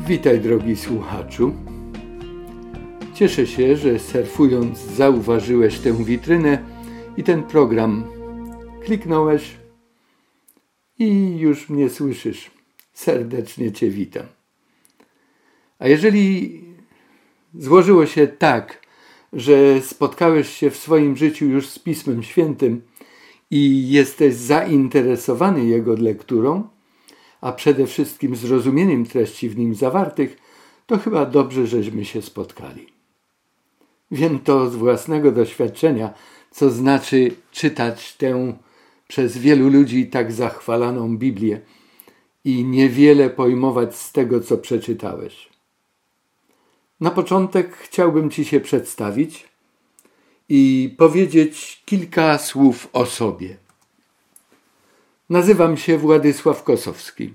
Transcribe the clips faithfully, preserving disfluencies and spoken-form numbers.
Witaj, drogi słuchaczu. Cieszę się, że surfując zauważyłeś tę witrynę i ten program. Kliknąłeś i już mnie słyszysz. Serdecznie Cię witam. A jeżeli złożyło się tak, że spotkałeś się w swoim życiu już z Pismem Świętym i jesteś zainteresowany jego lekturą, a przede wszystkim zrozumieniem treści w nim zawartych, to chyba dobrze, żeśmy się spotkali. Wiem to z własnego doświadczenia, co znaczy czytać tę przez wielu ludzi tak zachwalaną Biblię i niewiele pojmować z tego, co przeczytałeś. Na początek chciałbym Ci się przedstawić i powiedzieć kilka słów o sobie. Nazywam się Władysław Kosowski.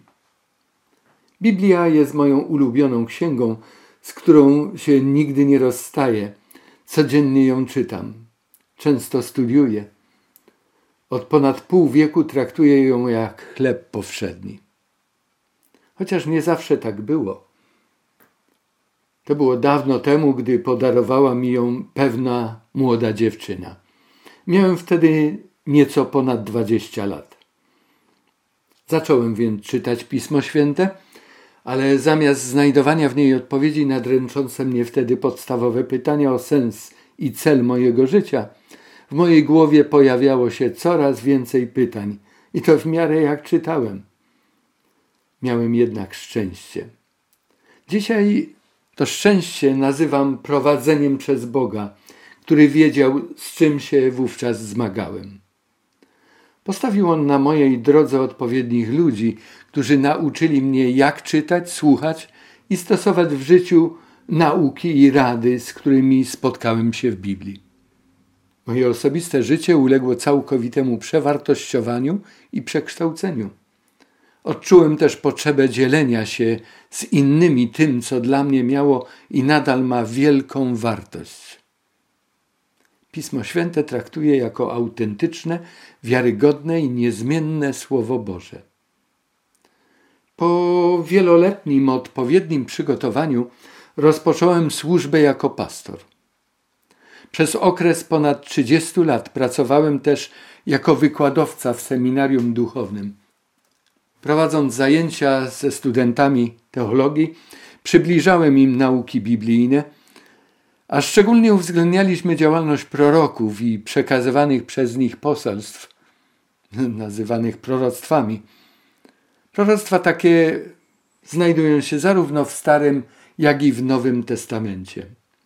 Biblia jest moją ulubioną księgą, z którą się nigdy nie rozstaję. Codziennie ją czytam. Często studiuję. Od ponad pół wieku traktuję ją jak chleb powszedni. Chociaż nie zawsze tak było. To było dawno temu, gdy podarowała mi ją pewna młoda dziewczyna. Miałem wtedy nieco ponad dwadzieścia lat. Zacząłem więc czytać Pismo Święte, ale zamiast znajdowania w niej odpowiedzi na dręczące mnie wtedy podstawowe pytania o sens i cel mojego życia, w mojej głowie pojawiało się coraz więcej pytań i to w miarę jak czytałem. Miałem jednak szczęście. Dzisiaj to szczęście nazywam prowadzeniem przez Boga, który wiedział, z czym się wówczas zmagałem. Postawił On na mojej drodze odpowiednich ludzi, którzy nauczyli mnie, jak czytać, słuchać i stosować w życiu nauki i rady, z którymi spotkałem się w Biblii. Moje osobiste życie uległo całkowitemu przewartościowaniu i przekształceniu. Odczułem też potrzebę dzielenia się z innymi tym, co dla mnie miało i nadal ma wielką wartość. Pismo Święte traktuję jako autentyczne, wiarygodne i niezmienne Słowo Boże. Po wieloletnim odpowiednim przygotowaniu rozpocząłem służbę jako pastor. Przez okres ponad trzydziestu lat pracowałem też jako wykładowca w seminarium duchownym. Prowadząc zajęcia ze studentami teologii, przybliżałem im nauki biblijne, a szczególnie uwzględnialiśmy działalność proroków i przekazywanych przez nich poselstw, nazywanych proroctwami. Proroctwa takie znajdują się zarówno w Starym, jak i w Nowym Testamencie.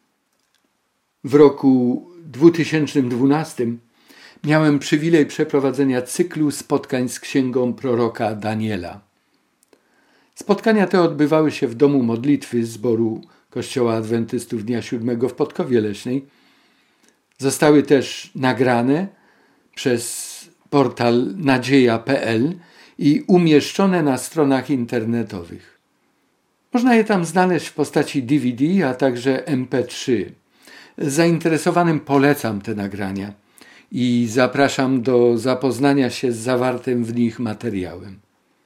W roku dwa tysiące dwunastym miałem przywilej przeprowadzenia cyklu spotkań z księgą proroka Daniela. Spotkania te odbywały się w domu modlitwy zboru Kościoła Adwentystów Dnia Siódmego w Podkowie Leśnej. Zostały też nagrane przez portal nadzieja kropka pe el i umieszczone na stronach internetowych. Można je tam znaleźć w postaci D V D, a także M P trzy. Zainteresowanym polecam te nagrania i zapraszam do zapoznania się z zawartym w nich materiałem.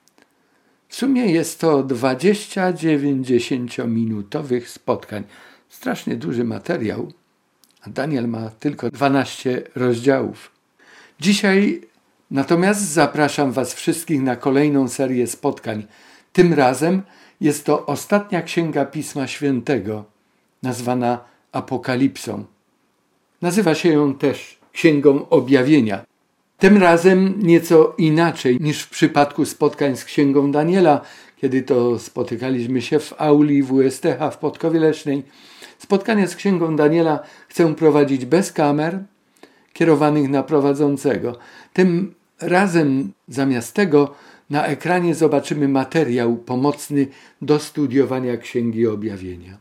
W sumie jest to dwadzieścia dziewięćdziesięciominutowych spotkań. Strasznie duży materiał, a Daniel ma tylko dwanaście rozdziałów. Dzisiaj natomiast zapraszam Was wszystkich na kolejną serię spotkań. Tym razem jest to ostatnia księga Pisma Świętego, nazwana Apokalipsą. Nazywa się ją też Księgą Objawienia. Tym razem nieco inaczej niż w przypadku spotkań z księgą Daniela, kiedy to spotykaliśmy się w auli W S T H w Podkowie Leśnej. Spotkanie z księgą Daniela chcę prowadzić bez kamer kierowanych na prowadzącego. Tym razem zamiast tego na ekranie zobaczymy materiał pomocny do studiowania Księgi Objawienia.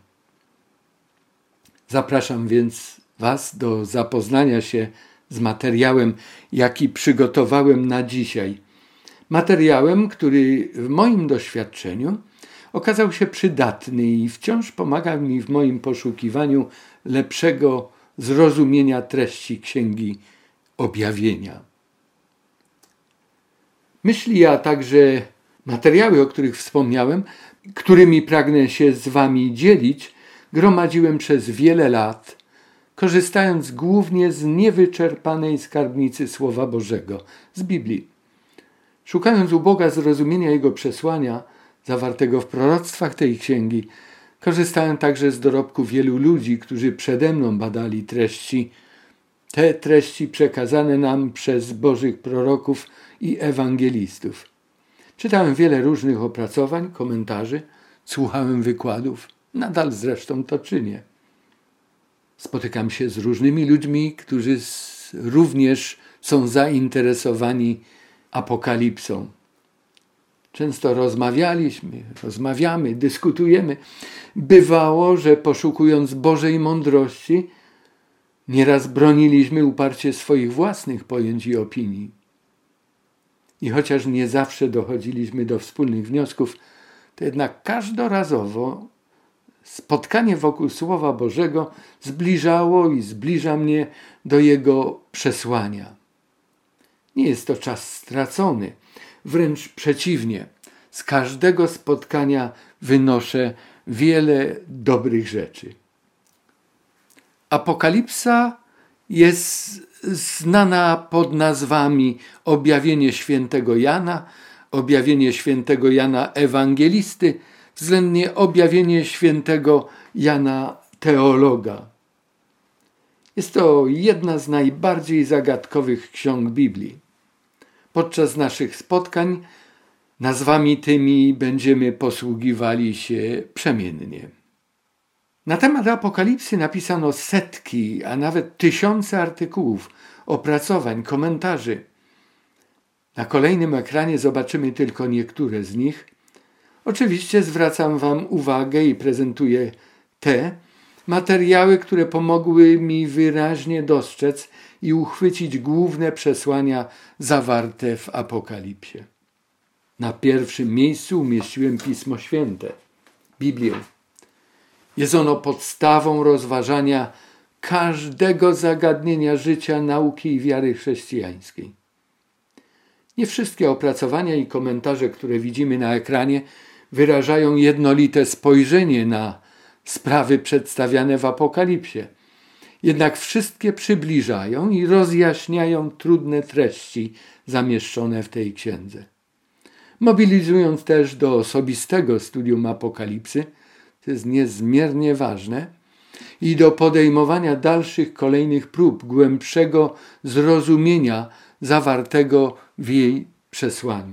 Zapraszam więc Was do zapoznania się z materiałem, jaki przygotowałem na dzisiaj. Materiałem, który w moim doświadczeniu okazał się przydatny i wciąż pomaga mi w moim poszukiwaniu lepszego zrozumienia treści Księgi Objawienia. Myśli, a także Materiały, o których wspomniałem, którymi pragnę się z wami dzielić, gromadziłem przez wiele lat, korzystając głównie z niewyczerpanej skarbnicy Słowa Bożego, z Biblii. Szukając u Boga zrozumienia Jego przesłania, zawartego w proroctwach tej księgi, korzystałem także z dorobku wielu ludzi, którzy przede mną badali treści, te treści przekazane nam przez Bożych proroków i ewangelistów. Czytałem wiele różnych opracowań, komentarzy, słuchałem wykładów, nadal zresztą to czynię. Spotykam się z różnymi ludźmi, którzy również są zainteresowani apokalipsą. Często rozmawialiśmy, rozmawiamy, dyskutujemy. Bywało, że poszukując Bożej mądrości, nieraz broniliśmy uparcie swoich własnych pojęć i opinii. I chociaż nie zawsze dochodziliśmy do wspólnych wniosków, to jednak każdorazowo spotkanie wokół Słowa Bożego zbliżało i zbliża mnie do Jego przesłania. Nie jest to czas stracony, wręcz przeciwnie. Z każdego spotkania wynoszę wiele dobrych rzeczy. Apokalipsa jest znana pod nazwami Objawienie Świętego Jana, Objawienie Świętego Jana Ewangelisty, względnie Objawienie Świętego Jana Teologa. Jest to jedna z najbardziej zagadkowych ksiąg Biblii. Podczas naszych spotkań nazwami tymi będziemy posługiwali się przemiennie. Na temat Apokalipsy napisano setki, a nawet tysiące artykułów, opracowań, komentarzy. Na kolejnym ekranie zobaczymy tylko niektóre z nich. Oczywiście zwracam wam uwagę i prezentuję te materiały, które pomogły mi wyraźnie dostrzec i uchwycić główne przesłania zawarte w Apokalipsie. Na pierwszym miejscu umieściłem Pismo Święte, Biblię. Jest ono podstawą rozważania każdego zagadnienia życia, nauki i wiary chrześcijańskiej. Nie wszystkie opracowania i komentarze, które widzimy na ekranie, wyrażają jednolite spojrzenie na sprawy przedstawiane w Apokalipsie. Jednak wszystkie przybliżają i rozjaśniają trudne treści zamieszczone w tej księdze. Mobilizując też do osobistego studium Apokalipsy, to jest niezmiernie ważne, i do podejmowania dalszych, kolejnych prób głębszego zrozumienia zawartego w jej przesłaniu.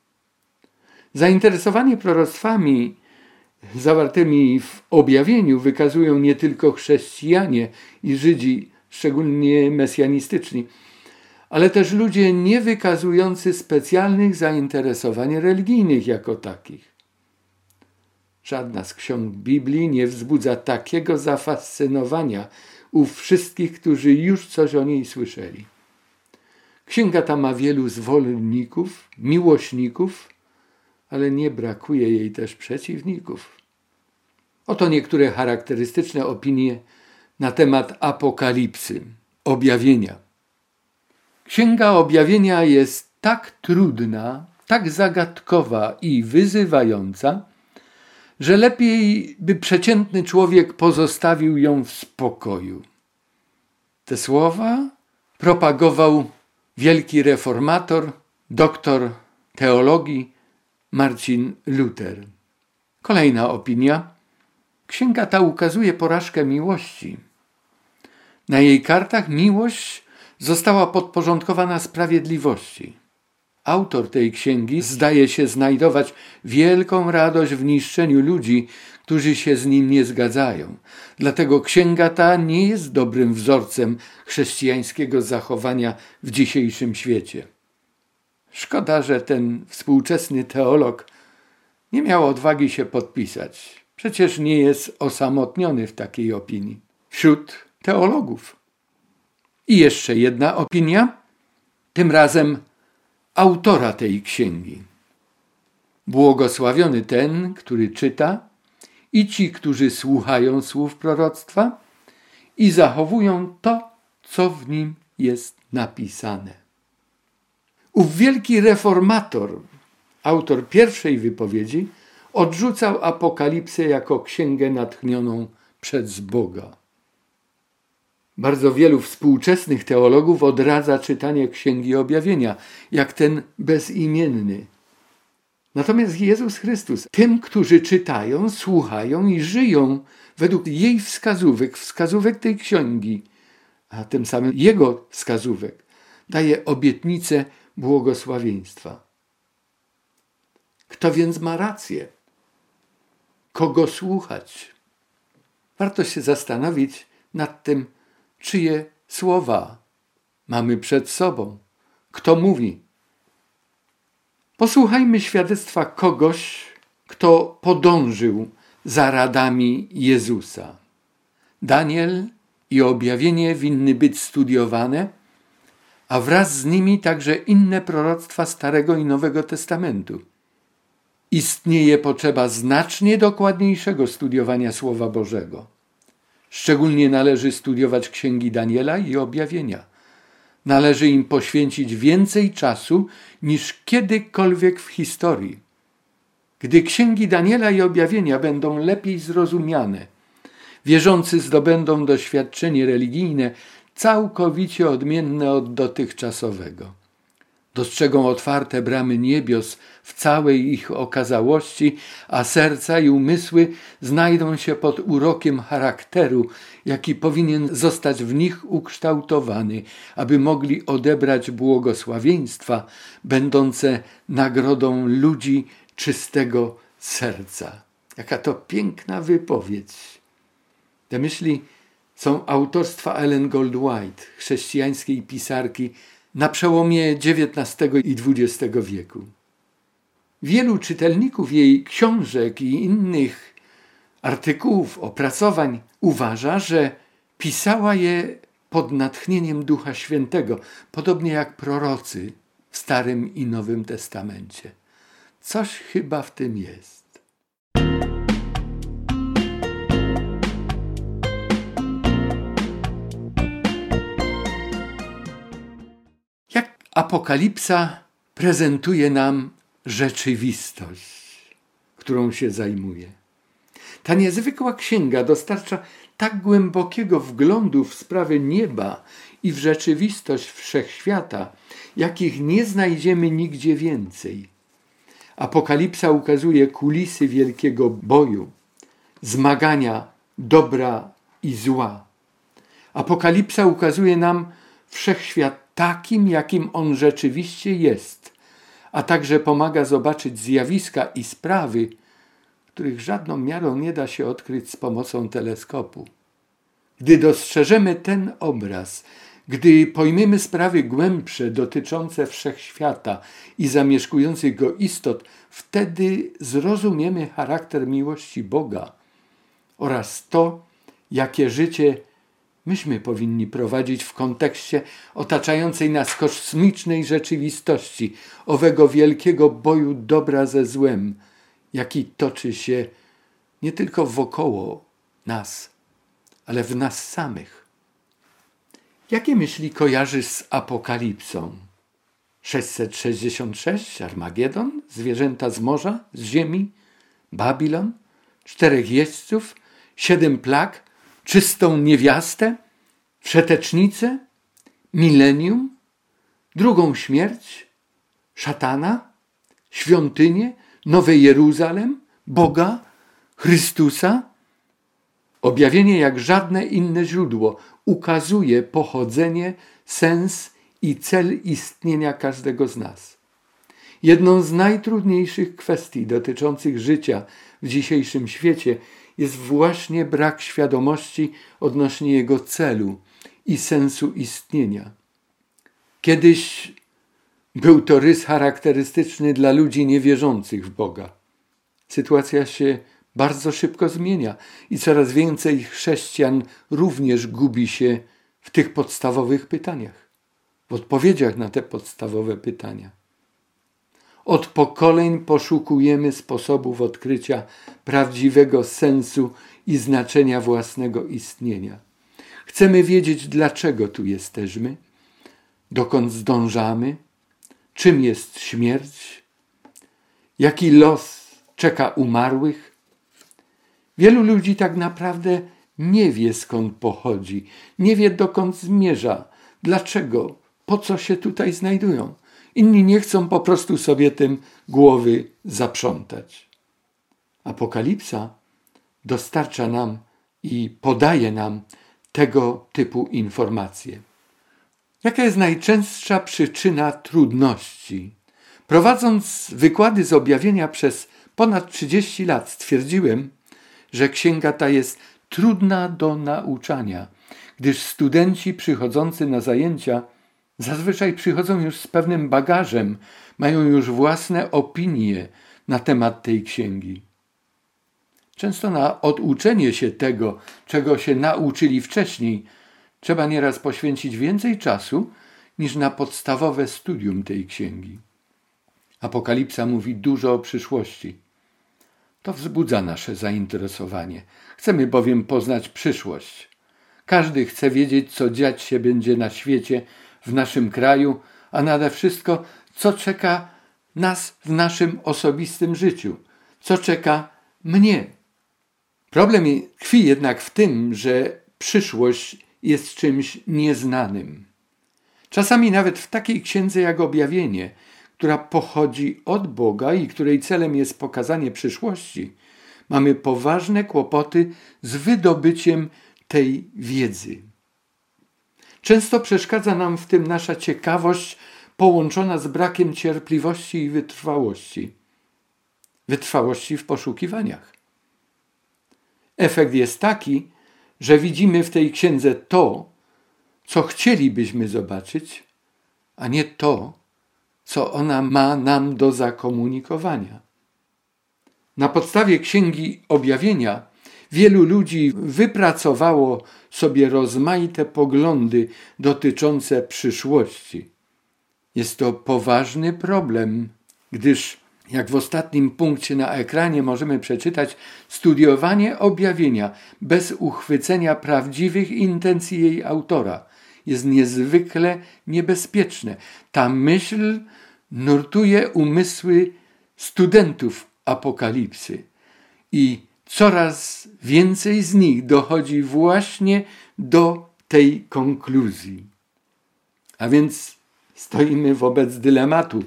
Zainteresowanie proroctwami zawartymi w objawieniu wykazują nie tylko chrześcijanie i Żydzi, szczególnie mesjanistyczni, ale też ludzie nie wykazujący specjalnych zainteresowań religijnych jako takich. Żadna z ksiąg Biblii nie wzbudza takiego zafascynowania u wszystkich, którzy już coś o niej słyszeli. Księga ta ma wielu zwolenników, miłośników, ale nie brakuje jej też przeciwników. Oto niektóre charakterystyczne opinie na temat Apokalipsy, objawienia. Księga Objawienia jest tak trudna, tak zagadkowa i wyzywająca, że lepiej by przeciętny człowiek pozostawił ją w spokoju. Te słowa propagował wielki reformator, doktor teologii Marcin Luther. Kolejna opinia. Księga ta ukazuje porażkę miłości. Na jej kartach miłość została podporządkowana sprawiedliwości. Autor tej księgi zdaje się znajdować wielką radość w niszczeniu ludzi, którzy się z nim nie zgadzają. Dlatego księga ta nie jest dobrym wzorcem chrześcijańskiego zachowania w dzisiejszym świecie. Szkoda, że ten współczesny teolog nie miał odwagi się podpisać. Przecież nie jest osamotniony w takiej opinii wśród teologów. I jeszcze jedna opinia, tym razem autora tej księgi. Błogosławiony ten, który czyta, i ci, którzy słuchają słów proroctwa i zachowują to, co w nim jest napisane. Ów wielki reformator, autor pierwszej wypowiedzi, odrzucał Apokalipsę jako księgę natchnioną przez Boga. Bardzo wielu współczesnych teologów odradza czytanie Księgi Objawienia, jak ten bezimienny. Natomiast Jezus Chrystus tym, którzy czytają, słuchają i żyją według jej wskazówek, wskazówek tej księgi, a tym samym jego wskazówek, daje obietnicę błogosławieństwa. Kto więc ma rację? Kogo słuchać? Warto się zastanowić nad tym, czyje słowa mamy przed sobą. Kto mówi? Posłuchajmy świadectwa kogoś, kto podążył za radami Jezusa. Daniel i objawienie winny być studiowane, a wraz z nimi także inne proroctwa Starego i Nowego Testamentu. Istnieje potrzeba znacznie dokładniejszego studiowania Słowa Bożego. Szczególnie należy studiować księgi Daniela i objawienia. Należy im poświęcić więcej czasu niż kiedykolwiek w historii. Gdy księgi Daniela i objawienia będą lepiej zrozumiane, wierzący zdobędą doświadczenie religijne całkowicie odmienne od dotychczasowego. Dostrzegą otwarte bramy niebios w całej ich okazałości, a serca i umysły znajdą się pod urokiem charakteru, jaki powinien zostać w nich ukształtowany, aby mogli odebrać błogosławieństwa, będące nagrodą ludzi czystego serca. Jaka to piękna wypowiedź. Te myśli są autorstwa Ellen Goldwhite, chrześcijańskiej pisarki na przełomie dziewiętnastego i dwudziestego wieku. Wielu czytelników jej książek i innych artykułów, opracowań uważa, że pisała je pod natchnieniem Ducha Świętego, podobnie jak prorocy w Starym i Nowym Testamencie. Coś chyba w tym jest. Jak Apokalipsa prezentuje nam rzeczywistość, którą się zajmuje. Ta niezwykła księga dostarcza tak głębokiego wglądu w sprawy nieba i w rzeczywistość wszechświata, jakich nie znajdziemy nigdzie więcej. Apokalipsa ukazuje kulisy wielkiego boju, zmagania dobra i zła. Apokalipsa ukazuje nam wszechświat takim, jakim on rzeczywiście jest, a także pomaga zobaczyć zjawiska i sprawy, których żadną miarą nie da się odkryć z pomocą teleskopu. Gdy dostrzeżemy ten obraz, gdy pojmiemy sprawy głębsze dotyczące wszechświata i zamieszkujących go istot, wtedy zrozumiemy charakter miłości Boga oraz to, jakie życie myśmy powinni prowadzić w kontekście otaczającej nas kosmicznej rzeczywistości, owego wielkiego boju dobra ze złem, jaki toczy się nie tylko wokoło nas, ale w nas samych. Jakie myśli kojarzy z Apokalipsą? sześćset sześćdziesiąt sześć, Armagedon, zwierzęta z morza, z ziemi, Babilon, czterech jeźdźców, siedem plag, czystą niewiastę, wszetecznicę, milenium, drugą śmierć, szatana, świątynię, Nowy Jeruzalem, Boga, Chrystusa. Objawienie jak żadne inne źródło ukazuje pochodzenie, sens i cel istnienia każdego z nas. Jedną z najtrudniejszych kwestii dotyczących życia w dzisiejszym świecie jest właśnie brak świadomości odnośnie jego celu i sensu istnienia. Kiedyś był to rys charakterystyczny dla ludzi niewierzących w Boga. Sytuacja się bardzo szybko zmienia i coraz więcej chrześcijan również gubi się w tych podstawowych pytaniach, w odpowiedziach na te podstawowe pytania. Od pokoleń poszukujemy sposobów odkrycia prawdziwego sensu i znaczenia własnego istnienia. Chcemy wiedzieć, dlaczego tu jesteśmy, dokąd zdążamy, czym jest śmierć, Jaki los czeka umarłych? Wielu ludzi tak naprawdę nie wie, skąd pochodzi, nie wie, dokąd zmierza, dlaczego, po co się tutaj znajdują. Inni nie chcą po prostu sobie tym głowy zaprzątać. Apokalipsa dostarcza nam i podaje nam tego typu informacje. Jaka jest najczęstsza przyczyna trudności? Prowadząc wykłady z objawienia przez ponad trzydzieści lat stwierdziłem, że księga ta jest trudna do nauczania, gdyż studenci przychodzący na zajęcia zazwyczaj przychodzą już z pewnym bagażem, mają już własne opinie na temat tej księgi. Często na oduczenie się tego, czego się nauczyli wcześniej, trzeba nieraz poświęcić więcej czasu niż na podstawowe studium tej księgi. Apokalipsa mówi dużo o przyszłości. To wzbudza nasze zainteresowanie. Chcemy bowiem poznać przyszłość. Każdy chce wiedzieć, co dziać się będzie na świecie, w naszym kraju, a nade wszystko, co czeka nas w naszym osobistym życiu, co czeka mnie. Problem tkwi jednak w tym, że przyszłość jest czymś nieznanym. Czasami nawet w takiej księdze jak Objawienie, która pochodzi od Boga i której celem jest pokazanie przyszłości, mamy poważne kłopoty z wydobyciem tej wiedzy. Często przeszkadza nam w tym nasza ciekawość połączona z brakiem cierpliwości i wytrwałości. Wytrwałości w poszukiwaniach. Efekt jest taki, że widzimy w tej księdze to, co chcielibyśmy zobaczyć, a nie to, co ona ma nam do zakomunikowania. Na podstawie Księgi Objawienia wielu ludzi wypracowało sobie rozmaite poglądy dotyczące przyszłości. Jest to poważny problem, gdyż, jak w ostatnim punkcie na ekranie możemy przeczytać, studiowanie Objawienia bez uchwycenia prawdziwych intencji jej autora jest niezwykle niebezpieczne. Ta myśl nurtuje umysły studentów Apokalipsy i coraz więcej z nich dochodzi właśnie do tej konkluzji. A więc stoimy wobec dylematu: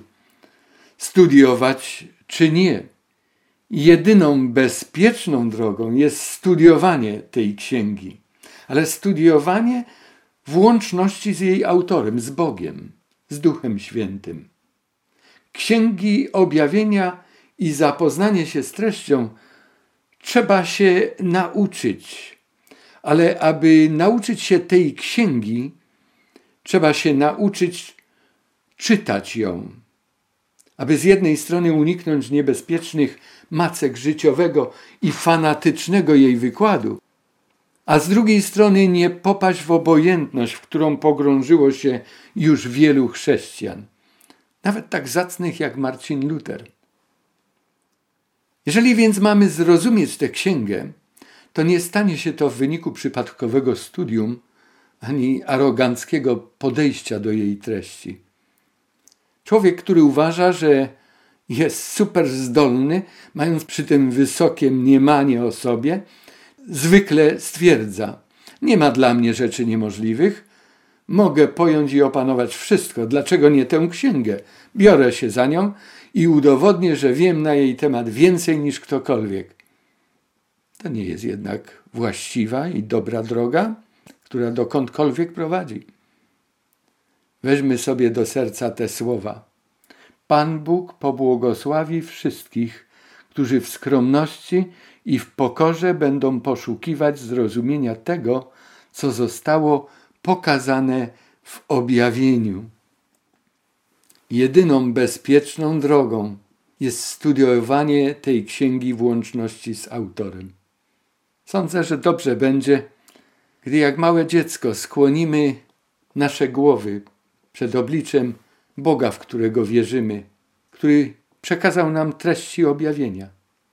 studiować czy nie? Jedyną bezpieczną drogą jest studiowanie tej księgi, ale studiowanie w łączności z jej autorem, z Bogiem, z Duchem Świętym. Księgi Objawienia i zapoznanie się z treścią trzeba się nauczyć, ale aby nauczyć się tej księgi, trzeba się nauczyć czytać ją, aby z jednej strony uniknąć niebezpiecznych macek życiowego i fanatycznego jej wykładu, a z drugiej strony nie popaść w obojętność, w którą pogrążyło się już wielu chrześcijan, nawet tak zacnych jak Marcin Luter. Jeżeli więc mamy zrozumieć tę księgę, to nie stanie się to w wyniku przypadkowego studium ani aroganckiego podejścia do jej treści. Człowiek, który uważa, że jest super zdolny, mając przy tym wysokie mniemanie o sobie, zwykle stwierdza: nie ma dla mnie rzeczy niemożliwych, mogę pojąć i opanować wszystko, dlaczego nie tę księgę? Biorę się za nią i udowodnię, że wiem na jej temat więcej niż ktokolwiek. To nie jest jednak właściwa i dobra droga, która dokądkolwiek prowadzi. Weźmy sobie do serca te słowa. Pan Bóg pobłogosławi wszystkich, którzy w skromności i w pokorze będą poszukiwać zrozumienia tego, co zostało pokazane w objawieniu. Jedyną bezpieczną drogą jest studiowanie tej księgi w łączności z autorem. Sądzę, że dobrze będzie, gdy jak małe dziecko skłonimy nasze głowy przed obliczem Boga, w którego wierzymy, który przekazał nam treści objawienia.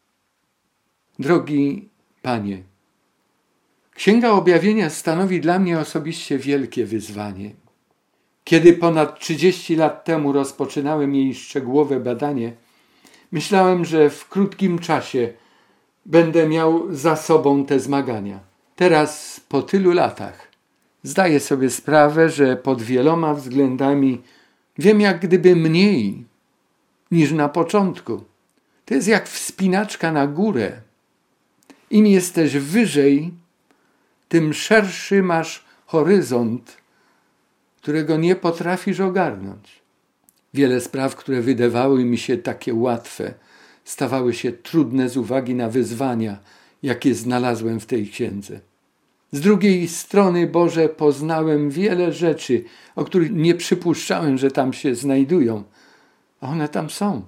Drogi Panie, Księga Objawienia stanowi dla mnie osobiście wielkie wyzwanie. Kiedy ponad trzydzieści lat temu rozpoczynałem jej szczegółowe badanie, Myślałem, że w krótkim czasie będę miał za sobą te zmagania. Teraz, po tylu latach, zdaję sobie sprawę, że pod wieloma względami wiem jak gdyby mniej niż na początku. To jest jak wspinaczka na górę. Im jesteś wyżej, tym szerszy masz horyzont, którego nie potrafisz ogarnąć. Wiele spraw, które wydawały mi się takie łatwe, stawały się trudne z uwagi na wyzwania, jakie znalazłem w tej księdze. Z drugiej strony, Boże, poznałem wiele rzeczy, o których nie przypuszczałem, że tam się znajdują, a one tam są.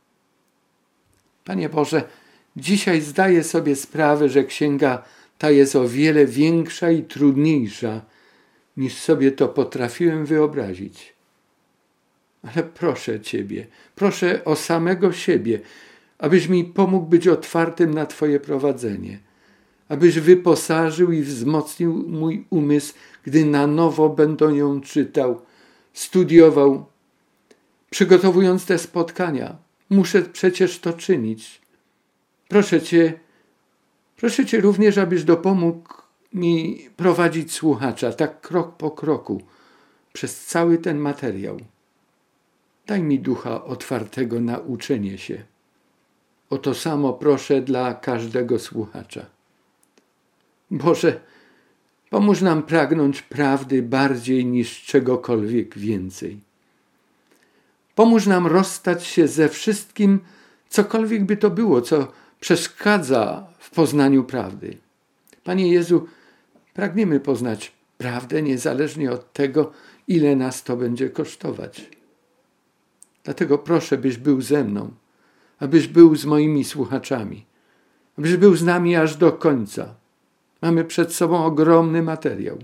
Panie Boże, dzisiaj zdaję sobie sprawę, że księga ta jest o wiele większa i trudniejsza, niż sobie to potrafiłem wyobrazić. Ale proszę Ciebie, proszę o samego siebie, abyś mi pomógł być otwartym na Twoje prowadzenie, abyś wyposażył i wzmocnił mój umysł, gdy na nowo będę ją czytał, studiował, przygotowując te spotkania. Muszę przecież to czynić. Proszę Cię, proszę Cię również, abyś dopomógł mi prowadzić słuchacza tak krok po kroku przez cały ten materiał. Daj mi ducha otwartego na uczenie się. O to samo proszę dla każdego słuchacza. Boże, pomóż nam pragnąć prawdy bardziej niż czegokolwiek więcej. Pomóż nam rozstać się ze wszystkim, cokolwiek by to było, co przeszkadza w poznaniu prawdy. Panie Jezu, pragniemy poznać prawdę niezależnie od tego, ile nas to będzie kosztować. Dlatego proszę, byś był ze mną, abyś był z moimi słuchaczami, abyś był z nami aż do końca. Mamy przed sobą ogromny materiał.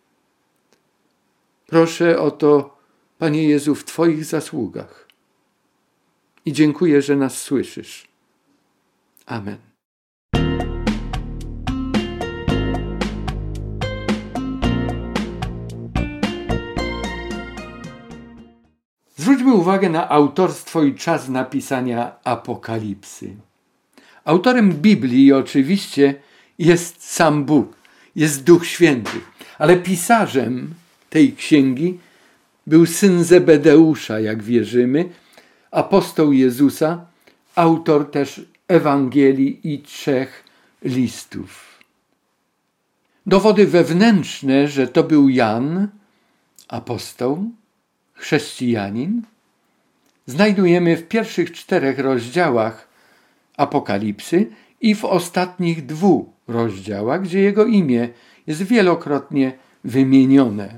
Proszę o to, Panie Jezu, w Twoich zasługach. I dziękuję, że nas słyszysz. Amen. Zwróćmy uwagę na autorstwo i czas napisania Apokalipsy. Autorem Biblii oczywiście jest sam Bóg, jest Duch Święty, ale pisarzem tej księgi był syn Zebedeusza, jak wierzymy, apostoł Jezusa, autor też Ewangelii i trzech listów. Dowody wewnętrzne, że to był Jan, apostoł, chrześcijanin, znajdujemy w pierwszych czterech rozdziałach Apokalipsy i w ostatnich dwóch rozdziałach, gdzie jego imię jest wielokrotnie wymienione.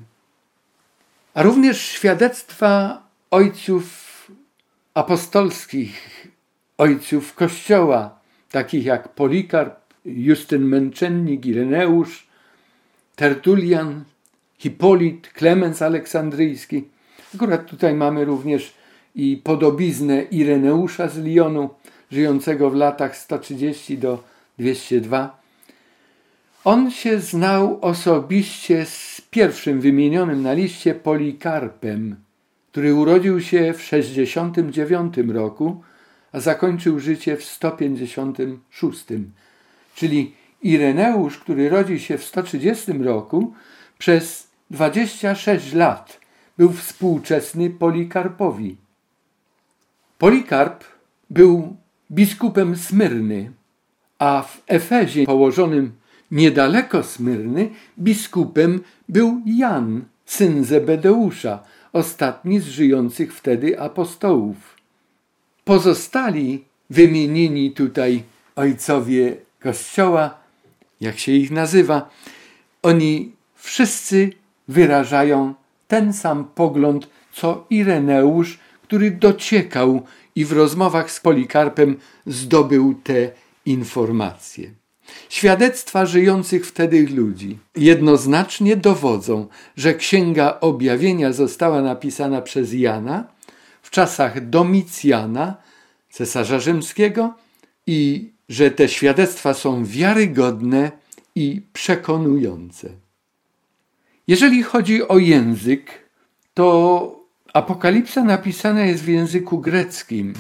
A również świadectwa ojców apostolskich, ojców Kościoła, takich jak Polikarp, Justyn Męczennik, Ireneusz, Tertulian, Hipolit, Klemens Aleksandryjski. Akurat tutaj mamy również i podobiznę Ireneusza z Lyonu, żyjącego w latach sto trzydzieści do dwieście dwa. On się znał osobiście z pierwszym wymienionym na liście Polikarpem, który urodził się w sześćdziesiątym dziewiątym roku, a zakończył życie w sto pięćdziesiątym szóstym. Czyli Ireneusz, który rodził się w sto trzydziestym roku, przez dwadzieścia sześć lat był współczesny Polikarpowi. Polikarp był biskupem Smyrny, a w Efezie, położonym niedaleko Smyrny, biskupem był Jan, syn Zebedeusza, ostatni z żyjących wtedy apostołów. Pozostali wymienieni tutaj ojcowie Kościoła, jak się ich nazywa, oni wszyscy wyrażają ten sam pogląd, co Ireneusz, który dociekał i w rozmowach z Polikarpem zdobył te informacje. Świadectwa żyjących wtedy ludzi jednoznacznie dowodzą, że Księga Objawienia została napisana przez Jana w czasach Domicjana, cesarza rzymskiego, i że te świadectwa są wiarygodne i przekonujące. Jeżeli chodzi o język, to Apokalipsa napisana jest w języku greckim,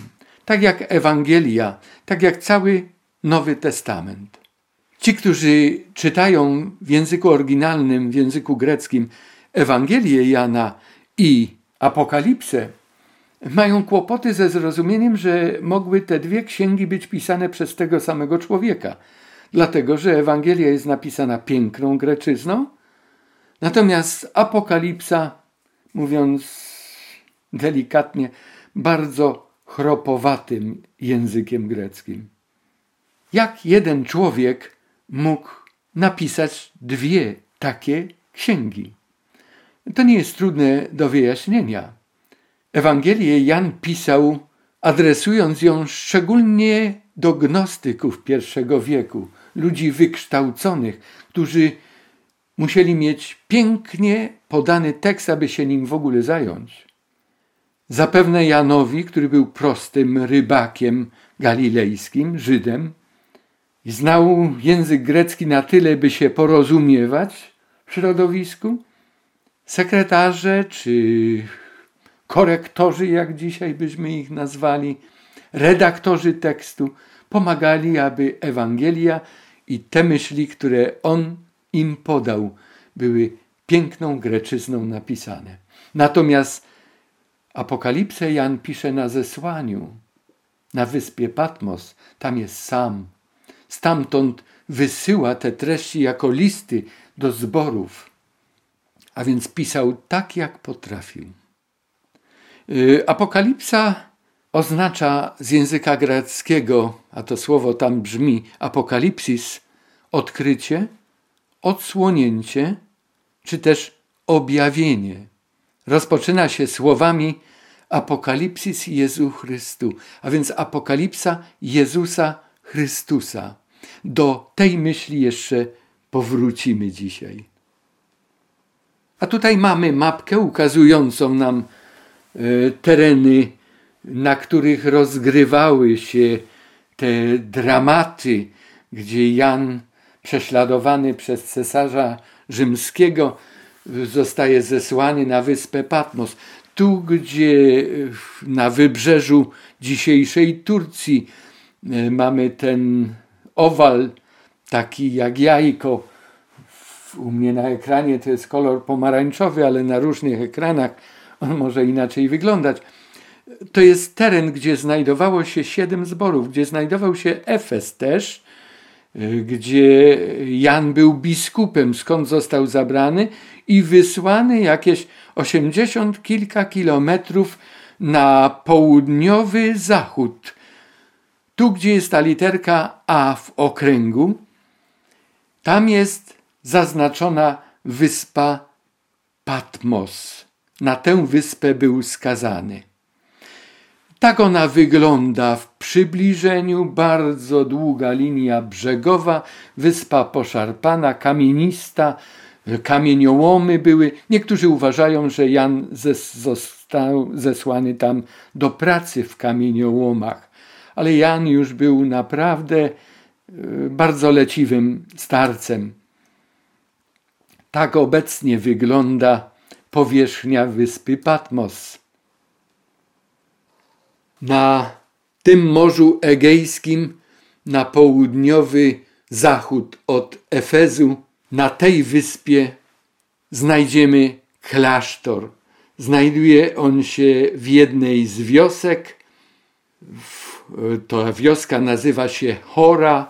tak jak Ewangelia, tak jak cały Nowy Testament. Ci, którzy czytają w języku oryginalnym, w języku greckim Ewangelię Jana i Apokalipsę, mają kłopoty ze zrozumieniem, że mogły te dwie księgi być pisane przez tego samego człowieka. Dlatego, że Ewangelia jest napisana piękną greczyzną, natomiast Apokalipsa, mówiąc delikatnie, bardzo chropowatym językiem greckim. Jak jeden człowiek mógł napisać dwie takie księgi? To nie jest trudne do wyjaśnienia. Ewangelię Jan pisał, adresując ją szczególnie do gnostyków pierwszego wieku, ludzi wykształconych, którzy musieli mieć pięknie podany tekst, aby się nim w ogóle zająć. Zapewne Janowi, który był prostym rybakiem galilejskim, Żydem, i znał język grecki na tyle, by się porozumiewać w środowisku, sekretarze czy korektorzy, jak dzisiaj byśmy ich nazwali, redaktorzy tekstu, pomagali, aby Ewangelia i te myśli, które on im podał, były piękną greczyzną napisane. Natomiast Apokalipsę Jan pisze na zesłaniu, na wyspie Patmos. Tam jest sam. Stamtąd wysyła te treści jako listy do zborów. A więc pisał tak, jak potrafił. Apokalipsa oznacza z języka greckiego, a to słowo tam brzmi apokalipsis, odkrycie, odsłonięcie, czy też objawienie. Rozpoczyna się słowami apokalipsis Jezu Chrystu, a więc apokalipsa Jezusa Chrystusa. Do tej myśli jeszcze powrócimy dzisiaj. A tutaj mamy mapkę ukazującą nam y, tereny, na których rozgrywały się te dramaty, gdzie Jan, prześladowany przez cesarza rzymskiego, zostaje zesłany na wyspę Patmos. Tu, gdzie na wybrzeżu dzisiejszej Turcji mamy ten owal, taki jak jajko. U mnie na ekranie to jest kolor pomarańczowy, ale na różnych ekranach on może inaczej wyglądać. To jest teren, gdzie znajdowało się siedem zborów, gdzie znajdował się Efes też, gdzie Jan był biskupem, skąd został zabrany i wysłany jakieś osiemdziesiąt kilka kilometrów na południowy zachód. Tu, gdzie jest ta literka A w okręgu, tam jest zaznaczona wyspa Patmos. Na tę wyspę był skazany. Tak ona wygląda w przybliżeniu, bardzo długa linia brzegowa, wyspa poszarpana, kamienista, kamieniołomy były. Niektórzy uważają, że Jan został zesłany tam do pracy w kamieniołomach, ale Jan już był naprawdę bardzo leciwym starcem. Tak obecnie wygląda powierzchnia wyspy Patmos. Na tym Morzu Egejskim, na południowy zachód od Efezu, na tej wyspie znajdziemy klasztor. Znajduje on się w jednej z wiosek. Ta wioska nazywa się Chora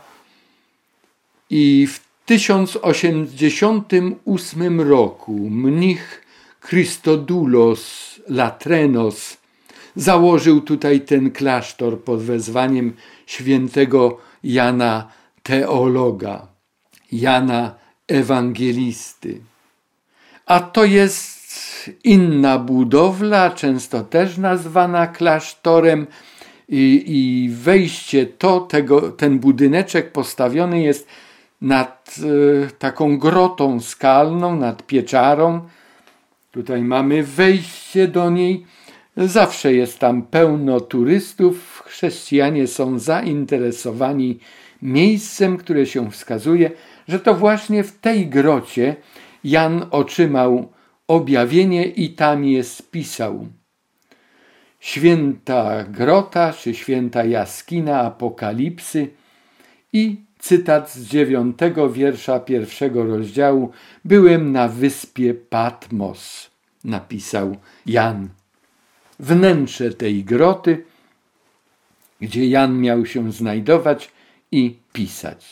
i w tysiąc osiemdziesiątym ósmym roku mnich Christodoulos Latrenos założył tutaj ten klasztor pod wezwaniem świętego Jana Teologa, Jana Ewangelisty. A to jest inna budowla, często też nazwana klasztorem, i, i wejście to, tego, ten budyneczek postawiony jest nad e, taką grotą skalną, nad pieczarą. Tutaj mamy wejście do niej. Zawsze jest tam pełno turystów. Chrześcijanie są zainteresowani miejscem, które się wskazuje, że to właśnie w tej grocie Jan otrzymał objawienie i tam je spisał. święta grota czy święta jaskina Apokalipsy i cytat z dziewiątego wiersza pierwszego rozdziału. Byłem na wyspie Patmos, napisał Jan. Wnętrze tej groty, gdzie Jan miał się znajdować i pisać.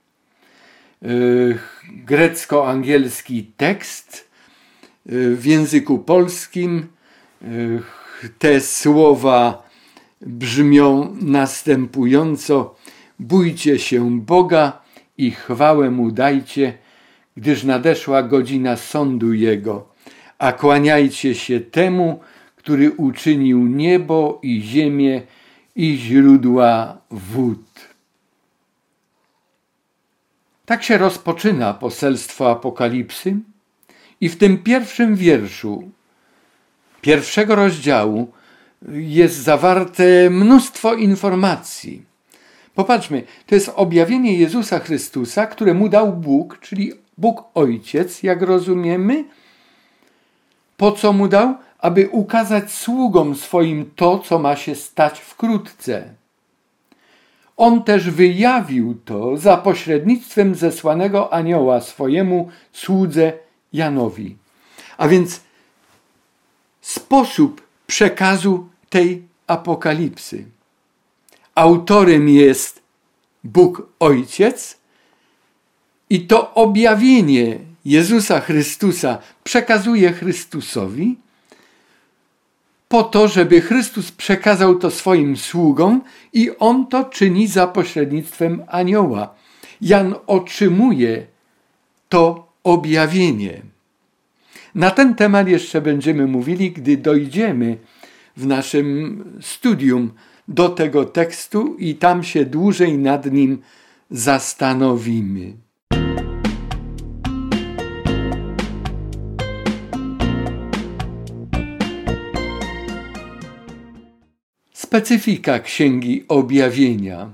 Grecko-angielski tekst w języku polskim. Te słowa brzmią następująco: bójcie się Boga i chwałę Mu dajcie, gdyż nadeszła godzina sądu Jego, a kłaniajcie się temu, który uczynił niebo i ziemię i źródła wód. Tak się rozpoczyna poselstwo Apokalipsy i w tym pierwszym wierszu pierwszego rozdziału jest zawarte mnóstwo informacji. Popatrzmy, to jest objawienie Jezusa Chrystusa, które mu dał Bóg, czyli Bóg Ojciec, jak rozumiemy. Po co mu dał? Aby ukazać sługom swoim to, co ma się stać wkrótce. On też wyjawił to za pośrednictwem zesłanego anioła swojemu słudze Janowi. A więc sposób przekazu tej apokalipsy. Autorem jest Bóg Ojciec i to objawienie Jezusa Chrystusa przekazuje Chrystusowi po to, żeby Chrystus przekazał to swoim sługom i on to czyni za pośrednictwem anioła. Jan otrzymuje to objawienie. Na ten temat jeszcze będziemy mówili, gdy dojdziemy w naszym studium do tego tekstu i tam się dłużej nad nim zastanowimy. Specyfika Księgi Objawienia.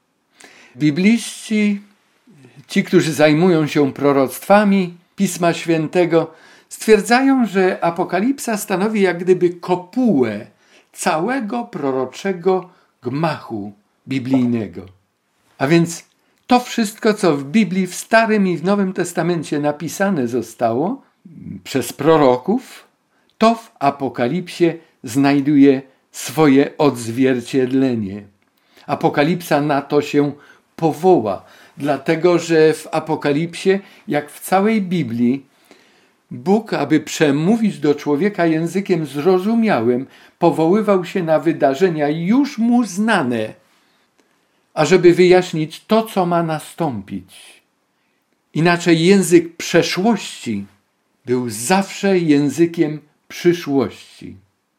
Bibliści, ci, którzy zajmują się proroctwami Pisma Świętego, stwierdzają, że Apokalipsa stanowi jak gdyby kopułę całego proroczego gmachu biblijnego. A więc to wszystko, co w Biblii w Starym i w Nowym Testamencie napisane zostało przez proroków, to w Apokalipsie znajduje swoje odzwierciedlenie. Apokalipsa na to się powoła, dlatego że w Apokalipsie, jak w całej Biblii, Bóg, aby przemówić do człowieka językiem zrozumiałym, powoływał się na wydarzenia już mu znane, ażeby wyjaśnić to, co ma nastąpić. Inaczej język przeszłości był zawsze językiem przyszłości.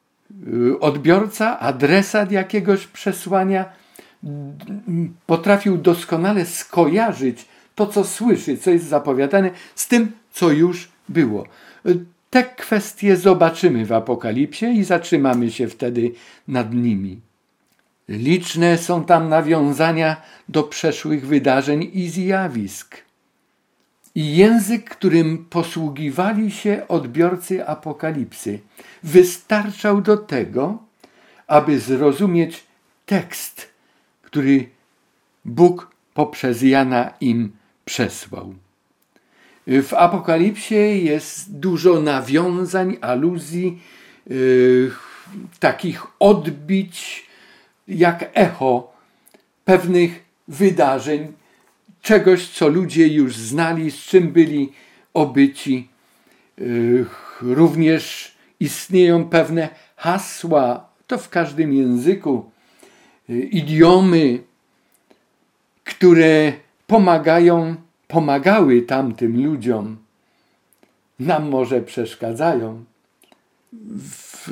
Odbiorca, adresat jakiegoś przesłania potrafił doskonale skojarzyć to, co słyszy, co jest zapowiadane, z tym, co już było. Te kwestie zobaczymy w Apokalipsie i zatrzymamy się wtedy nad nimi. Liczne są tam nawiązania do przeszłych wydarzeń i zjawisk. I język, którym posługiwali się odbiorcy Apokalipsy, wystarczał do tego, aby zrozumieć tekst, który Bóg poprzez Jana im przesłał. W Apokalipsie jest dużo nawiązań, aluzji, yy, takich odbić, jak echo pewnych wydarzeń, czegoś, co ludzie już znali, z czym byli obyci. Yy, również istnieją pewne hasła, to w każdym języku, yy, idiomy, które pomagają pomagały tamtym ludziom, nam może przeszkadzają w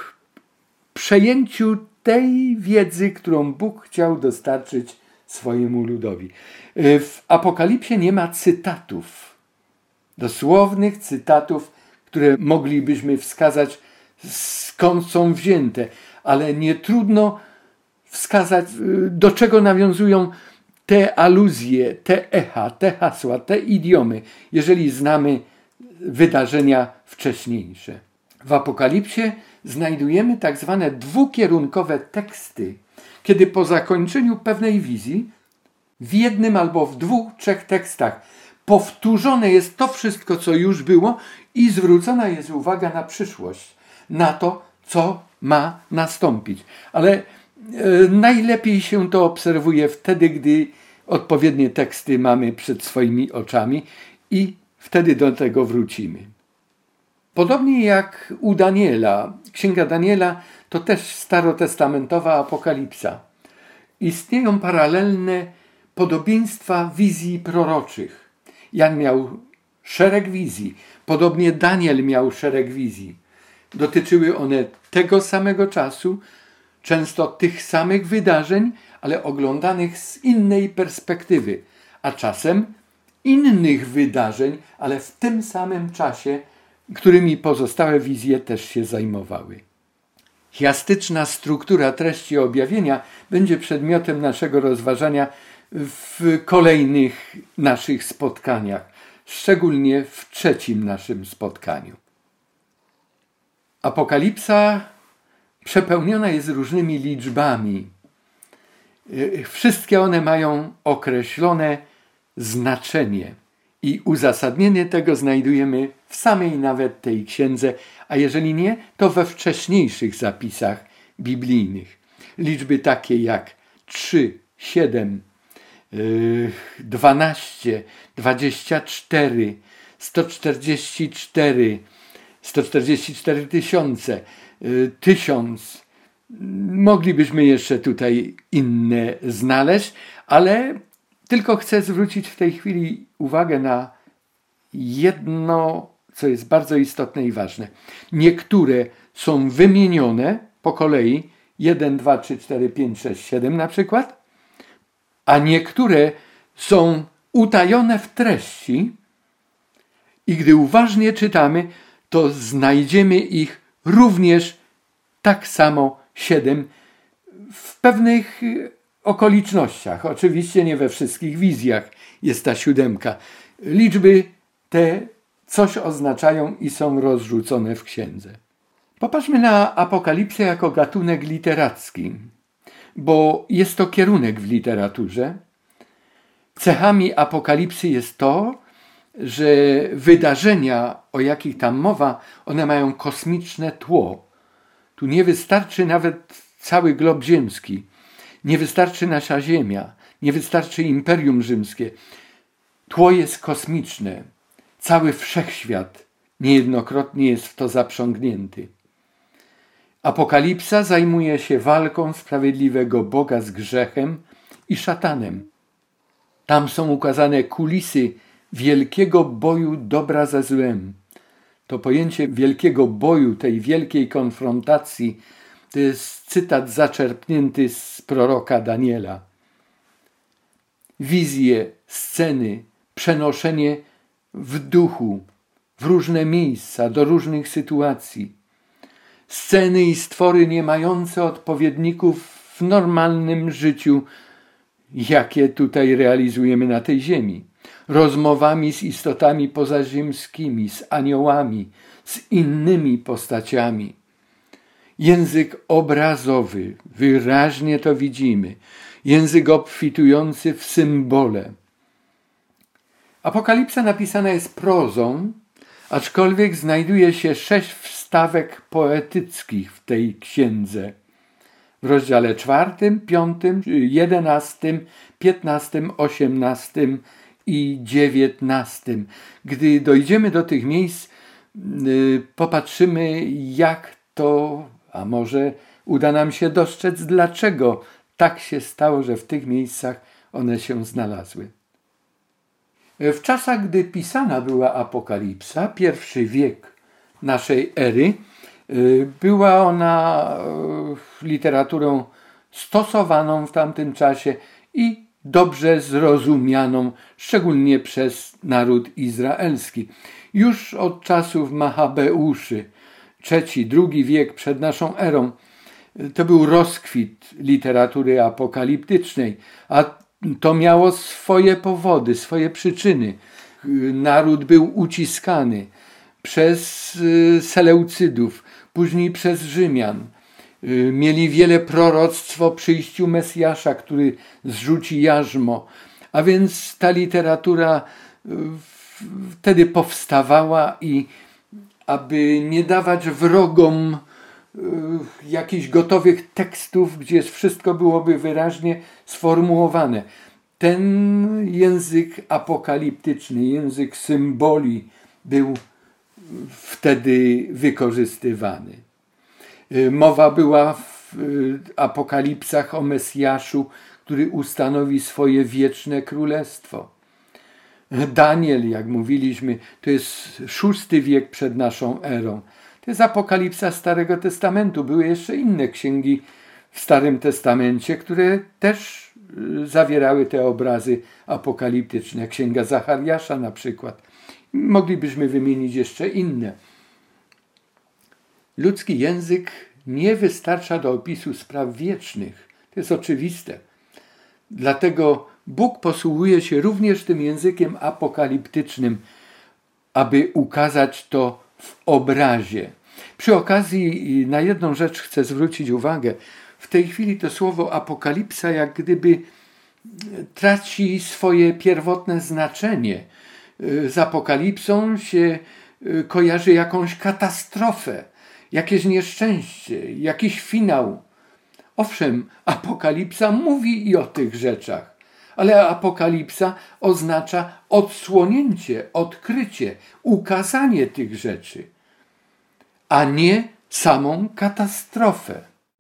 przejęciu tej wiedzy, którą Bóg chciał dostarczyć swojemu ludowi. W Apokalipsie nie ma cytatów, dosłownych cytatów, które moglibyśmy wskazać, skąd są wzięte, ale nie trudno wskazać, do czego nawiązują te aluzje, te echa, te hasła, te idiomy, jeżeli znamy wydarzenia wcześniejsze. W Apokalipsie znajdujemy tak zwane dwukierunkowe teksty, kiedy po zakończeniu pewnej wizji w jednym albo w dwóch, trzech tekstach powtórzone jest to wszystko, co już było i zwrócona jest uwaga na przyszłość, na to, co ma nastąpić. Ale e, najlepiej się to obserwuje wtedy, gdy odpowiednie teksty mamy przed swoimi oczami i wtedy do tego wrócimy. Podobnie jak u Daniela, Księga Daniela to też starotestamentowa apokalipsa. Istnieją paralelne podobieństwa wizji proroczych. Jan miał szereg wizji, podobnie Daniel miał szereg wizji. Dotyczyły one tego samego czasu, często tych samych wydarzeń, ale oglądanych z innej perspektywy, a czasem innych wydarzeń, ale w tym samym czasie, którymi pozostałe wizje też się zajmowały. Chiastyczna struktura treści objawienia będzie przedmiotem naszego rozważania w kolejnych naszych spotkaniach, szczególnie w trzecim naszym spotkaniu. Apokalipsa przepełniona jest różnymi liczbami. Wszystkie one mają określone znaczenie i uzasadnienie tego znajdujemy w samej nawet tej księdze, a jeżeli nie, to we wcześniejszych zapisach biblijnych. Liczby takie jak trzy, siedem, dwanaście, dwadzieścia cztery, sto czterdzieści cztery, sto czterdzieści cztery tysiące, tysiąc. Moglibyśmy jeszcze tutaj inne znaleźć, ale tylko chcę zwrócić w tej chwili uwagę na jedno, co jest bardzo istotne i ważne. Niektóre są wymienione po kolei, jeden, dwa, trzy, cztery, pięć, sześć, siedem na przykład, a niektóre są utajone w treści i gdy uważnie czytamy, to znajdziemy ich również tak samo siedem w pewnych okolicznościach. Oczywiście nie we wszystkich wizjach jest ta siódemka. Liczby te coś oznaczają i są rozrzucone w księdze. Popatrzmy na apokalipsę jako gatunek literacki, bo jest to kierunek w literaturze. Cechami apokalipsy jest to, że wydarzenia, o jakich tam mowa, one mają kosmiczne tło. Tu nie wystarczy nawet cały glob ziemski, nie wystarczy nasza Ziemia, nie wystarczy Imperium Rzymskie. Tło jest kosmiczne. Cały wszechświat niejednokrotnie jest w to zaprzągnięty. Apokalipsa zajmuje się walką sprawiedliwego Boga z grzechem i szatanem. Tam są ukazane kulisy wielkiego boju dobra ze złem. To pojęcie wielkiego boju, tej wielkiej konfrontacji, to jest cytat zaczerpnięty z proroka Daniela. Wizje, sceny, przenoszenie w duchu, w różne miejsca, do różnych sytuacji. Sceny i stwory nie mające odpowiedników w normalnym życiu, jakie tutaj realizujemy na tej ziemi. Rozmowami z istotami pozaziemskimi, z aniołami, z innymi postaciami. Język obrazowy, wyraźnie to widzimy. Język obfitujący w symbole. Apokalipsa napisana jest prozą, aczkolwiek znajduje się sześć wstawek poetyckich w tej księdze. W rozdziale czwartym, piątym, jedenastym, piętnastym, osiemnastym i dziewiętnastym. Gdy dojdziemy do tych miejsc, yy, popatrzymy, jak to, a może uda nam się dostrzec, dlaczego tak się stało, że w tych miejscach one się znalazły. W czasach, gdy pisana była Apokalipsa, pierwszy wiek naszej ery, była ona literaturą stosowaną w tamtym czasie i dobrze zrozumianą, szczególnie przez naród izraelski. Już od czasów Machabeuszy, trzeci, drugi wiek przed naszą erą, to był rozkwit literatury apokaliptycznej, a to miało swoje powody, swoje przyczyny. Naród był uciskany przez Seleucydów, później przez Rzymian. Mieli wiele proroctw o przyjściu Mesjasza, który zrzuci jarzmo. A więc ta literatura wtedy powstawała i aby nie dawać wrogom jakichś gotowych tekstów, gdzie wszystko byłoby wyraźnie sformułowane. Ten język apokaliptyczny, język symboli był wtedy wykorzystywany. Mowa była w apokalipsach o Mesjaszu, który ustanowi swoje wieczne królestwo. Daniel, jak mówiliśmy, to jest szósty wiek przed naszą erą. To jest apokalipsa Starego Testamentu. Były jeszcze inne księgi w Starym Testamencie, które też zawierały te obrazy apokaliptyczne. Księga Zachariasza na przykład. Moglibyśmy wymienić jeszcze inne. Ludzki język nie wystarcza do opisu spraw wiecznych. To jest oczywiste. Dlatego Bóg posługuje się również tym językiem apokaliptycznym, aby ukazać to w obrazie. Przy okazji na jedną rzecz chcę zwrócić uwagę. W tej chwili to słowo apokalipsa jak gdyby traci swoje pierwotne znaczenie. Z apokalipsą się kojarzy jakąś katastrofę, jakieś nieszczęście, jakiś finał. Owszem, apokalipsa mówi i o tych rzeczach, ale apokalipsa oznacza odsłonięcie, odkrycie, ukazanie tych rzeczy, a nie samą katastrofę.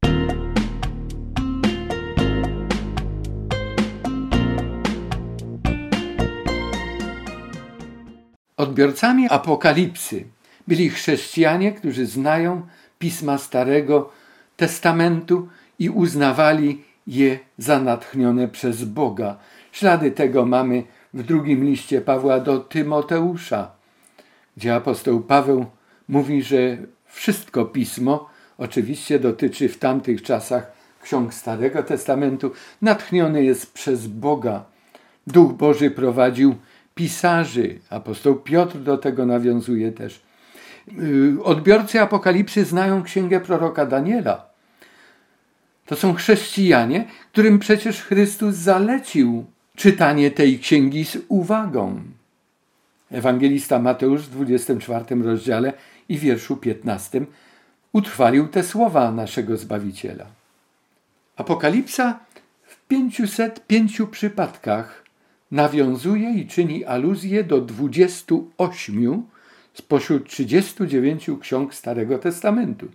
Odbiorcami apokalipsy byli chrześcijanie, którzy znają Pisma Starego Testamentu i uznawali je za natchnione przez Boga. Ślady tego mamy w drugim liście Pawła do Tymoteusza, gdzie apostoł Paweł mówi, że wszystko Pismo oczywiście dotyczy w tamtych czasach ksiąg Starego Testamentu, natchnione jest przez Boga. Duch Boży prowadził pisarzy. Apostoł Piotr do tego nawiązuje też. Odbiorcy apokalipsy znają księgę proroka Daniela. To są chrześcijanie, którym przecież Chrystus zalecił czytanie tej księgi z uwagą. Ewangelista Mateusz w dwudziestym czwartym rozdziale i wierszu piętnastym utrwalił te słowa naszego Zbawiciela. Apokalipsa w pięciuset pięciu przypadkach nawiązuje i czyni aluzję do dwudziestu ośmiu spośród trzydziestu dziewięciu ksiąg Starego Testamentu.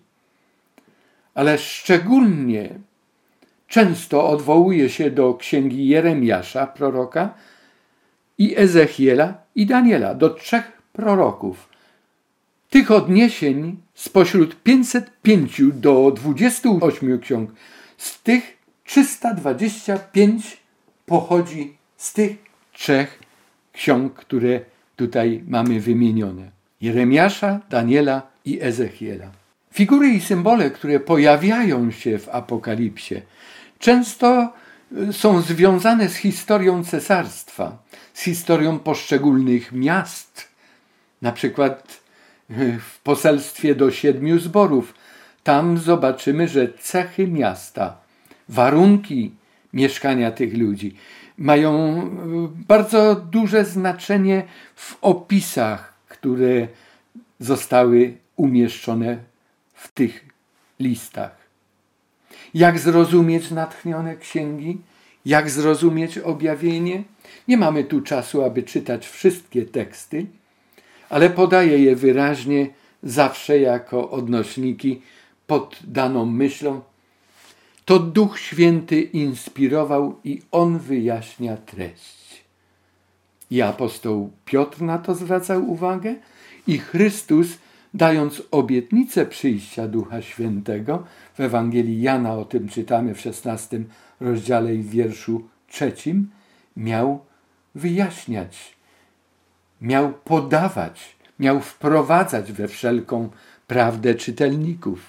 Ale szczególnie często odwołuje się do księgi Jeremiasza, proroka, i Ezechiela i Daniela, do trzech proroków. Tych odniesień spośród pięćset pięciu do dwudziestu ośmiu ksiąg, z tych trzysta dwadzieścia pięć pochodzi z tych trzech ksiąg, które tutaj mamy wymienione. Jeremiasza, Daniela i Ezechiela. Figury i symbole, które pojawiają się w Apokalipsie, często są związane z historią cesarstwa, z historią poszczególnych miast. Na przykład w poselstwie do siedmiu zborów. Tam zobaczymy, że cechy miasta, warunki mieszkania tych ludzi mają bardzo duże znaczenie w opisach, które zostały umieszczone w tych listach. Jak zrozumieć natchnione księgi? Jak zrozumieć objawienie? Nie mamy tu czasu, aby czytać wszystkie teksty, ale podaję je wyraźnie zawsze jako odnośniki pod daną myślą. To Duch Święty inspirował i On wyjaśnia treść. I apostoł Piotr na to zwracał uwagę i Chrystus, dając obietnicę przyjścia Ducha Świętego, w Ewangelii Jana o tym czytamy w szesnastym rozdziale i w wierszu trzecim, miał wyjaśniać, miał podawać, miał wprowadzać we wszelką prawdę czytelników.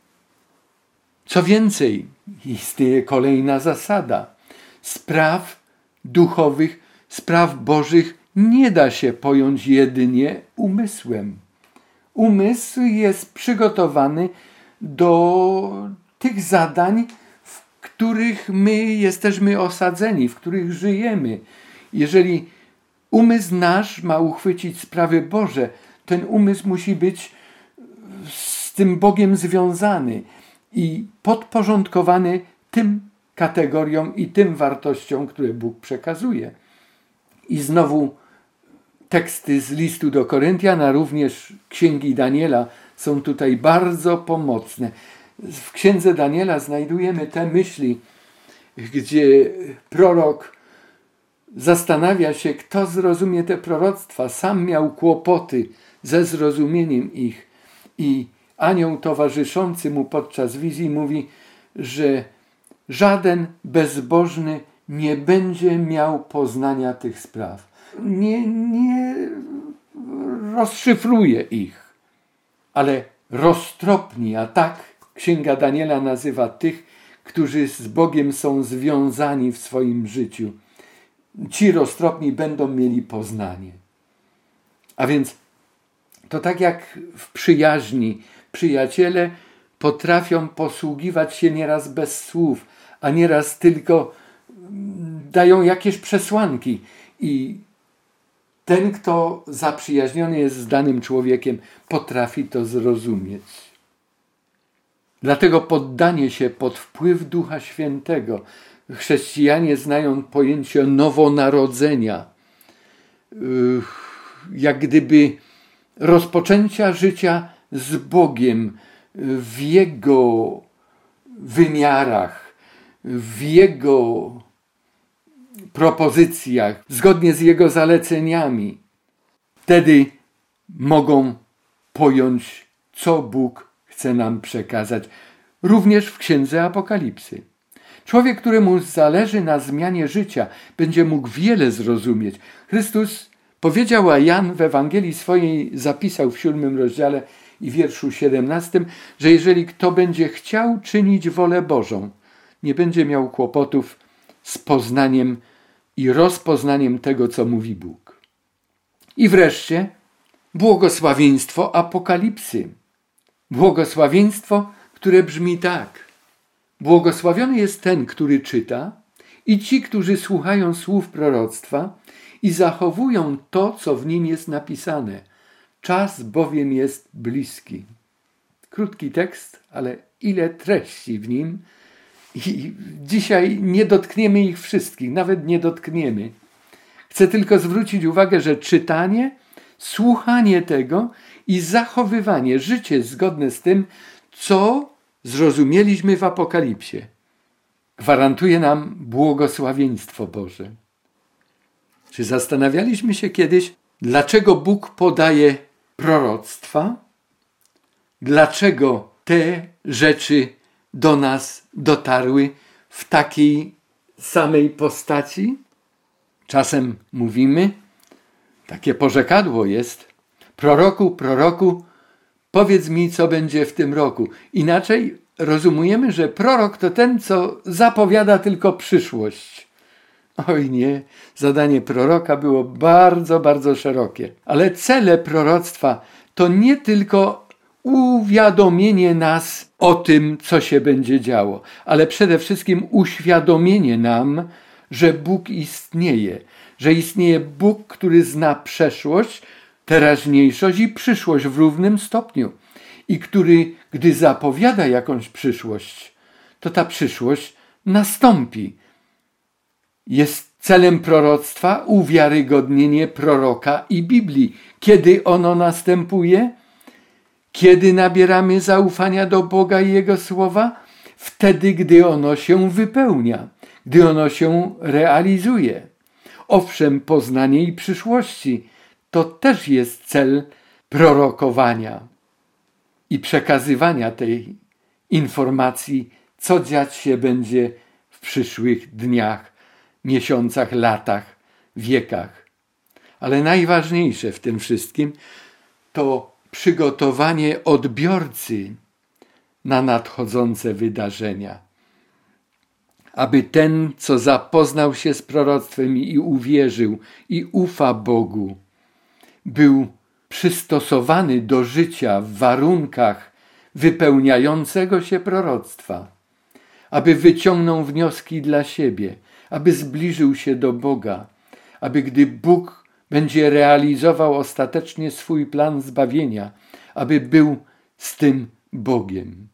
Co więcej, istnieje kolejna zasada. Spraw duchowych, spraw bożych nie da się pojąć jedynie umysłem. umysł jest przygotowany do tych zadań, w których my jesteśmy osadzeni, w których żyjemy. Jeżeli umysł nasz ma uchwycić sprawy Boże, ten umysł musi być z tym Bogiem związany i podporządkowany tym kategoriom i tym wartościom, które Bóg przekazuje. I znowu teksty z listu do Koryntian, a również księgi Daniela są tutaj bardzo pomocne. W księdze Daniela znajdujemy te myśli, gdzie prorok zastanawia się, kto zrozumie te proroctwa. Sam miał kłopoty ze zrozumieniem ich i anioł towarzyszący mu podczas wizji mówi, że żaden bezbożny nie będzie miał poznania tych spraw. Nie, nie rozszyfruje ich, ale roztropni, a tak księga Daniela nazywa tych, którzy z Bogiem są związani w swoim życiu. Ci roztropni będą mieli poznanie. A więc to tak jak w przyjaźni. Przyjaciele potrafią posługiwać się nieraz bez słów, a nieraz tylko dają jakieś przesłanki. I ten, kto zaprzyjaźniony jest z danym człowiekiem, potrafi to zrozumieć. Dlatego poddanie się pod wpływ Ducha Świętego. Chrześcijanie znają pojęcie nowonarodzenia. Jak gdyby rozpoczęcia życia z Bogiem w Jego wymiarach, w Jego propozycjach, zgodnie z Jego zaleceniami. Wtedy mogą pojąć, co Bóg chce nam przekazać. Również w Księdze Apokalipsy. Człowiek, któremu zależy na zmianie życia, będzie mógł wiele zrozumieć. Chrystus powiedział, a Jan w Ewangelii swojej zapisał w siódmym rozdziale i wierszu siedemnastym, że jeżeli kto będzie chciał czynić wolę Bożą, nie będzie miał kłopotów z poznaniem i rozpoznaniem tego, co mówi Bóg. I wreszcie błogosławieństwo Apokalipsy. Błogosławieństwo, które brzmi tak. Błogosławiony jest ten, który czyta, i ci, którzy słuchają słów proroctwa i zachowują to, co w nim jest napisane. Czas bowiem jest bliski. Krótki tekst, ale ile treści w nim. I dzisiaj nie dotkniemy ich wszystkich, nawet nie dotkniemy. Chcę tylko zwrócić uwagę, że czytanie, słuchanie tego i zachowywanie, życie zgodne z tym, co zrozumieliśmy w Apokalipsie, gwarantuje nam błogosławieństwo Boże. Czy zastanawialiśmy się kiedyś, dlaczego Bóg podaje proroctwa? Dlaczego te rzeczy do nas dotarły w takiej samej postaci? Czasem mówimy, takie porzekadło jest, proroku, proroku, powiedz mi, co będzie w tym roku. Inaczej rozumiemy, że prorok to ten, co zapowiada tylko przyszłość. Oj nie, zadanie proroka było bardzo, bardzo szerokie. Ale cele proroctwa to nie tylko uwiadomienie nas o tym, co się będzie działo, ale przede wszystkim uświadomienie nam, że Bóg istnieje, że istnieje Bóg, który zna przeszłość, teraźniejszość i przyszłość w równym stopniu i który, gdy zapowiada jakąś przyszłość, to ta przyszłość nastąpi. Jest celem proroctwa uwiarygodnienie proroka i Biblii. Kiedy ono następuje? Kiedy nabieramy zaufania do Boga i Jego Słowa? Wtedy, gdy ono się wypełnia, gdy ono się realizuje. Owszem, poznanie i przyszłości to też jest cel prorokowania i przekazywania tej informacji, co dziać się będzie w przyszłych dniach, miesiącach, latach, wiekach. Ale najważniejsze w tym wszystkim to przygotowanie odbiorcy na nadchodzące wydarzenia. Aby ten, co zapoznał się z proroctwem i uwierzył i ufa Bogu, był przystosowany do życia w warunkach wypełniającego się proroctwa, aby wyciągnął wnioski dla siebie, aby zbliżył się do Boga, aby gdy Bóg będzie realizował ostatecznie swój plan zbawienia, aby był z tym Bogiem.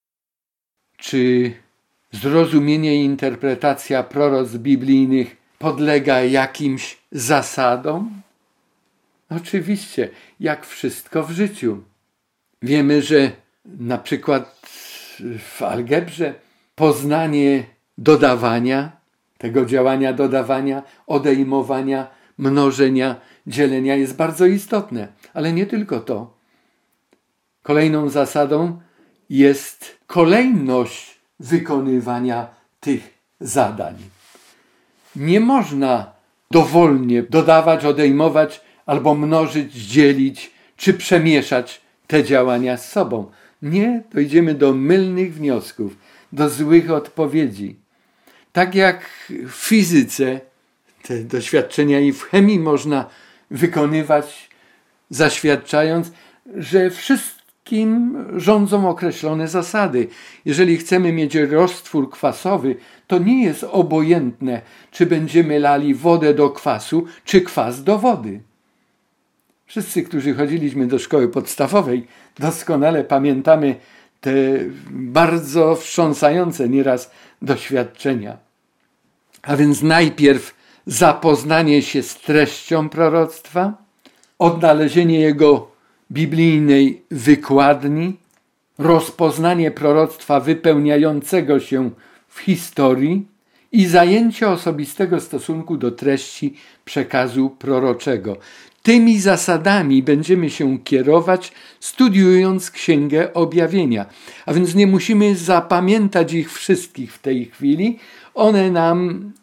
Czy zrozumienie i interpretacja proroctw biblijnych podlega jakimś zasadom? Oczywiście, jak wszystko w życiu. Wiemy, że na przykład w algebrze poznanie dodawania, tego działania dodawania, odejmowania, mnożenia, dzielenia jest bardzo istotne. Ale nie tylko to. Kolejną zasadą jest kolejność wykonywania tych zadań. Nie można dowolnie dodawać, odejmować albo mnożyć, dzielić czy przemieszać te działania z sobą. Nie, dojdziemy do mylnych wniosków, do złych odpowiedzi. Tak jak w fizyce, te doświadczenia i w chemii można wykonywać, zaświadczając, że wszystkim rządzą określone zasady. Jeżeli chcemy mieć roztwór kwasowy, to nie jest obojętne, czy będziemy lali wodę do kwasu, czy kwas do wody. Wszyscy, którzy chodziliśmy do szkoły podstawowej, doskonale pamiętamy te bardzo wstrząsające nieraz doświadczenia. A więc najpierw zapoznanie się z treścią proroctwa, odnalezienie jego biblijnej wykładni, rozpoznanie proroctwa wypełniającego się w historii i zajęcie osobistego stosunku do treści przekazu proroczego. Tymi zasadami będziemy się kierować, studiując Księgę Objawienia. A więc nie musimy zapamiętać ich wszystkich w tej chwili. One nam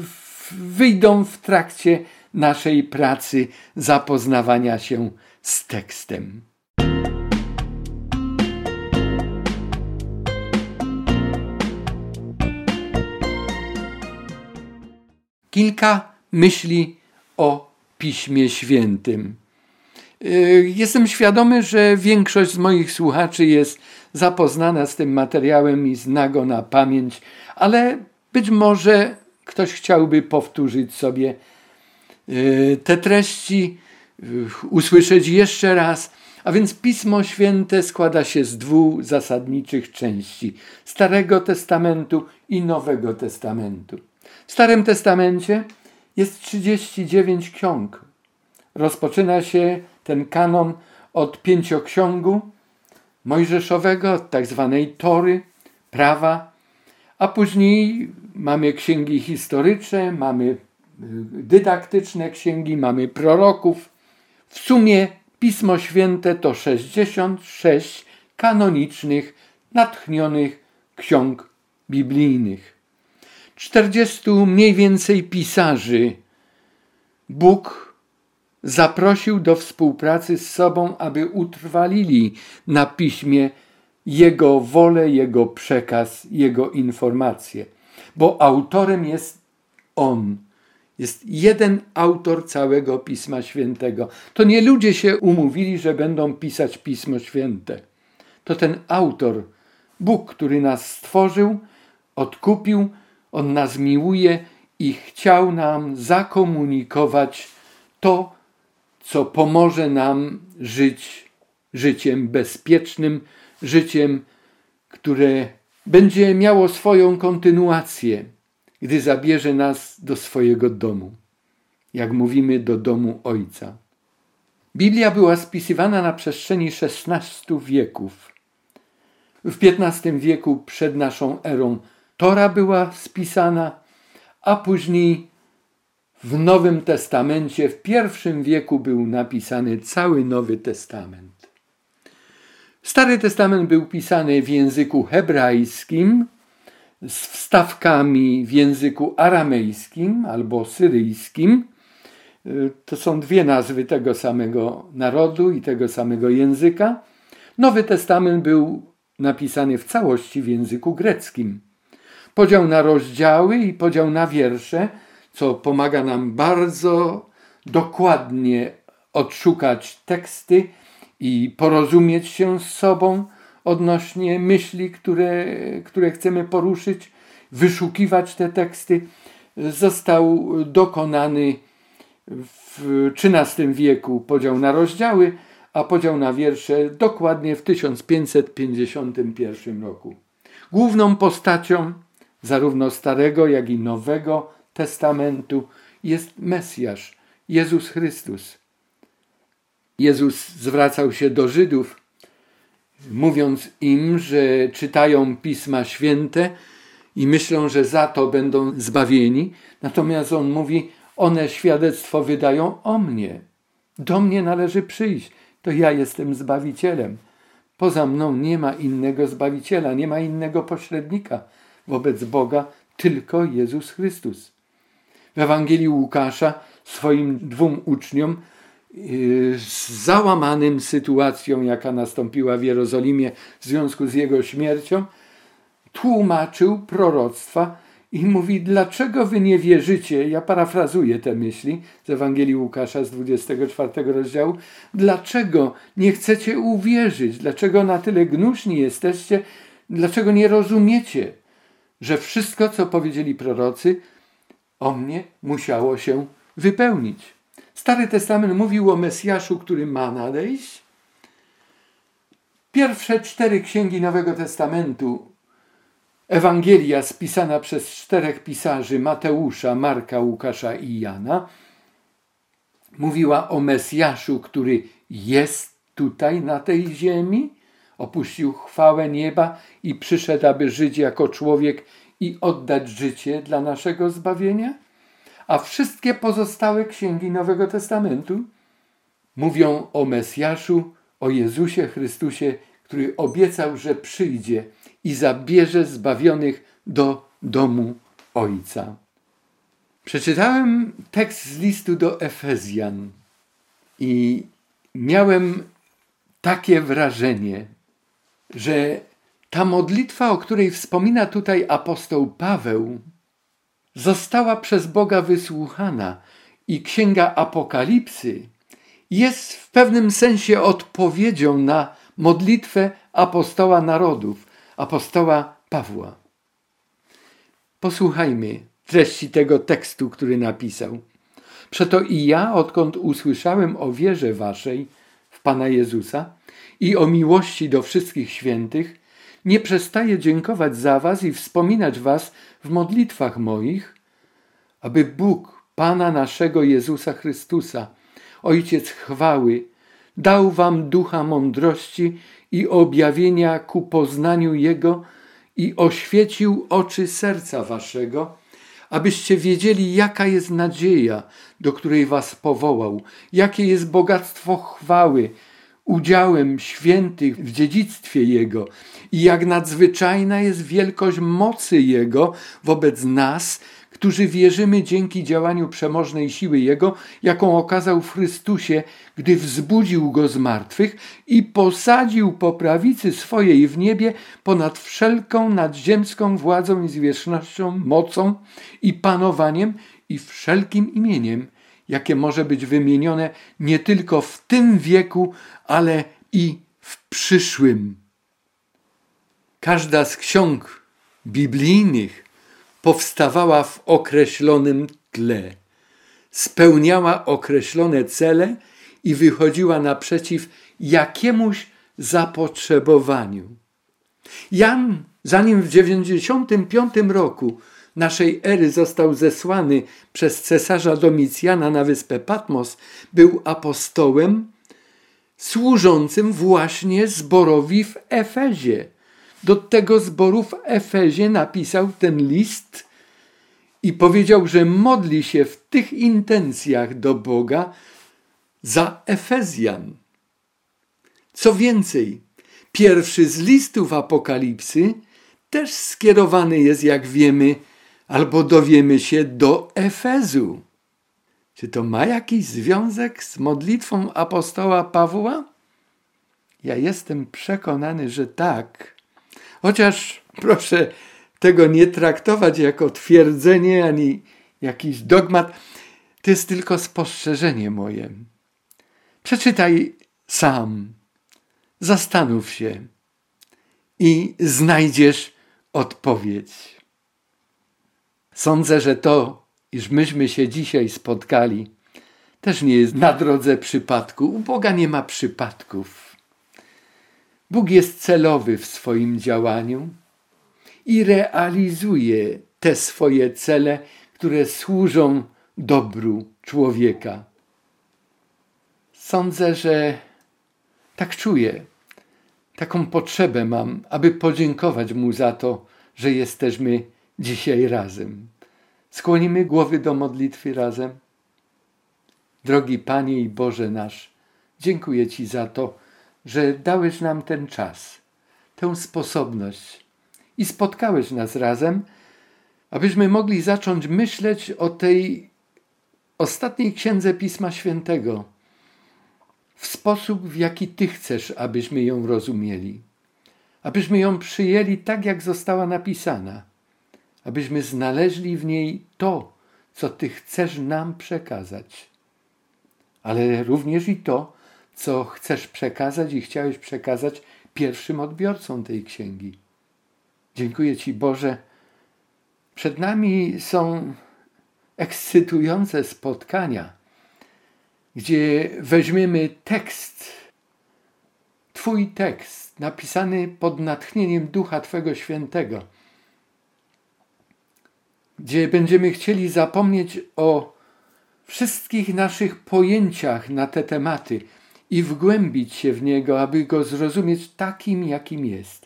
wyjdą w trakcie naszej pracy zapoznawania się z tekstem. Kilka myśli o Piśmie Świętym. Jestem świadomy, że większość z moich słuchaczy jest zapoznana z tym materiałem i zna go na pamięć, ale być może ktoś chciałby powtórzyć sobie te treści, usłyszeć jeszcze raz. A więc Pismo Święte składa się z dwóch zasadniczych części: Starego Testamentu i Nowego Testamentu. W Starym Testamencie jest trzydzieści dziewięć ksiąg. Rozpoczyna się ten kanon od pięcioksiągu mojżeszowego, od tak zwanej Tory, prawa, a później mamy księgi historyczne, mamy dydaktyczne księgi, mamy proroków. W sumie Pismo Święte to sześćdziesiąt sześć kanonicznych, natchnionych ksiąg biblijnych. czterdziestu mniej więcej pisarzy Bóg zaprosił do współpracy z sobą, aby utrwalili na Piśmie Jego wolę, Jego przekaz, Jego informacje. Bo autorem jest On. Jest jeden autor całego Pisma Świętego. To nie ludzie się umówili, że będą pisać Pismo Święte. To ten autor, Bóg, który nas stworzył, odkupił, On nas miłuje i chciał nam zakomunikować to, co pomoże nam żyć życiem bezpiecznym, życiem, które będzie miało swoją kontynuację, gdy zabierze nas do swojego domu, jak mówimy, do domu Ojca. Biblia była spisywana na przestrzeni szesnastu wieków. W piętnastym wieku przed naszą erą Tora była spisana, a później w Nowym Testamencie w pierwszym wieku był napisany cały Nowy Testament. Stary Testament był pisany w języku hebrajskim z wstawkami w języku aramejskim albo syryjskim. To są dwie nazwy tego samego narodu i tego samego języka. Nowy Testament był napisany w całości w języku greckim. Podział na rozdziały i podział na wiersze, co pomaga nam bardzo dokładnie odszukać teksty i porozumieć się z sobą odnośnie myśli, które, które chcemy poruszyć, wyszukiwać te teksty, został dokonany w trzynastym wieku podział na rozdziały, a podział na wiersze dokładnie w tysiąc pięćset pięćdziesiątym pierwszym roku. Główną postacią zarówno Starego, jak i Nowego Testamentu jest Mesjasz, Jezus Chrystus. Jezus zwracał się do Żydów, mówiąc im, że czytają Pisma Święte i myślą, że za to będą zbawieni. Natomiast on mówi, one świadectwo wydają o mnie. Do mnie należy przyjść. To ja jestem Zbawicielem. Poza mną nie ma innego Zbawiciela, nie ma innego pośrednika wobec Boga, tylko Jezus Chrystus. W Ewangelii Łukasza swoim dwóm uczniom z załamanym sytuacją, jaka nastąpiła w Jerozolimie w związku z jego śmiercią, tłumaczył proroctwa i mówi, dlaczego wy nie wierzycie, ja parafrazuję te myśli z Ewangelii Łukasza z dwudziestego czwartego rozdziału, dlaczego nie chcecie uwierzyć, dlaczego na tyle gnuszni jesteście, dlaczego nie rozumiecie, że wszystko, co powiedzieli prorocy o mnie, musiało się wypełnić. Stary Testament mówił o Mesjaszu, który ma nadejść. Pierwsze cztery księgi Nowego Testamentu, Ewangelia spisana przez czterech pisarzy, Mateusza, Marka, Łukasza i Jana, mówiła o Mesjaszu, który jest tutaj na tej ziemi, opuścił chwałę nieba i przyszedł, aby żyć jako człowiek i oddać życie dla naszego zbawienia. A wszystkie pozostałe księgi Nowego Testamentu mówią o Mesjaszu, o Jezusie Chrystusie, który obiecał, że przyjdzie i zabierze zbawionych do domu Ojca. Przeczytałem tekst z listu do Efezjan i miałem takie wrażenie, że ta modlitwa, o której wspomina tutaj apostoł Paweł, została przez Boga wysłuchana i Księga Apokalipsy jest w pewnym sensie odpowiedzią na modlitwę apostoła narodów, apostoła Pawła. Posłuchajmy treści tego tekstu, który napisał. Przeto i ja, odkąd usłyszałem o wierze waszej w Pana Jezusa i o miłości do wszystkich świętych, nie przestaję dziękować za was i wspominać was w modlitwach moich, aby Bóg, Pana naszego Jezusa Chrystusa, Ojciec chwały, dał wam ducha mądrości i objawienia ku poznaniu Jego i oświecił oczy serca waszego, abyście wiedzieli, jaka jest nadzieja, do której was powołał, jakie jest bogactwo chwały, udziałem świętych w dziedzictwie Jego i jak nadzwyczajna jest wielkość mocy Jego wobec nas, którzy wierzymy dzięki działaniu przemożnej siły Jego, jaką okazał w Chrystusie, gdy wzbudził Go z martwych i posadził po prawicy swojej w niebie ponad wszelką nadziemską władzą i zwierzchnością, mocą i panowaniem i wszelkim imieniem, jakie może być wymienione nie tylko w tym wieku, ale i w przyszłym. Każda z ksiąg biblijnych powstawała w określonym tle, spełniała określone cele i wychodziła naprzeciw jakiemuś zapotrzebowaniu. Jan, zanim w dziewięćdziesiątym piątym roku naszej ery został zesłany przez cesarza Domicjana na wyspę Patmos, był apostołem służącym właśnie zborowi w Efezie. Do tego zboru w Efezie napisał ten list i powiedział, że modli się w tych intencjach do Boga za Efezjan. Co więcej, pierwszy z listów Apokalipsy też skierowany jest, jak wiemy, albo dowiemy się, do Efezu. Czy to ma jakiś związek z modlitwą apostoła Pawła? Ja jestem przekonany, że tak. Chociaż proszę tego nie traktować jako twierdzenie ani jakiś dogmat. To jest tylko spostrzeżenie moje. Przeczytaj sam, zastanów się i znajdziesz odpowiedź. Sądzę, że to, iż myśmy się dzisiaj spotkali, też nie jest na drodze przypadku. U Boga nie ma przypadków. Bóg jest celowy w swoim działaniu i realizuje te swoje cele, które służą dobru człowieka. Sądzę, że tak czuję, taką potrzebę mam, aby podziękować Mu za to, że jesteśmy dzisiaj razem. Skłonimy głowy do modlitwy razem. Drogi Panie i Boże nasz, dziękuję Ci za to, że dałeś nam ten czas, tę sposobność i spotkałeś nas razem, abyśmy mogli zacząć myśleć o tej ostatniej księdze Pisma Świętego w sposób, w jaki Ty chcesz, abyśmy ją rozumieli, abyśmy ją przyjęli tak, jak została napisana, abyśmy znaleźli w niej to, co Ty chcesz nam przekazać, ale również i to, co chcesz przekazać i chciałeś przekazać pierwszym odbiorcom tej księgi. Dziękuję Ci, Boże. Przed nami są ekscytujące spotkania, gdzie weźmiemy tekst, Twój tekst, napisany pod natchnieniem Ducha Twego Świętego, gdzie będziemy chcieli zapomnieć o wszystkich naszych pojęciach na te tematy i wgłębić się w niego, aby go zrozumieć takim, jakim jest.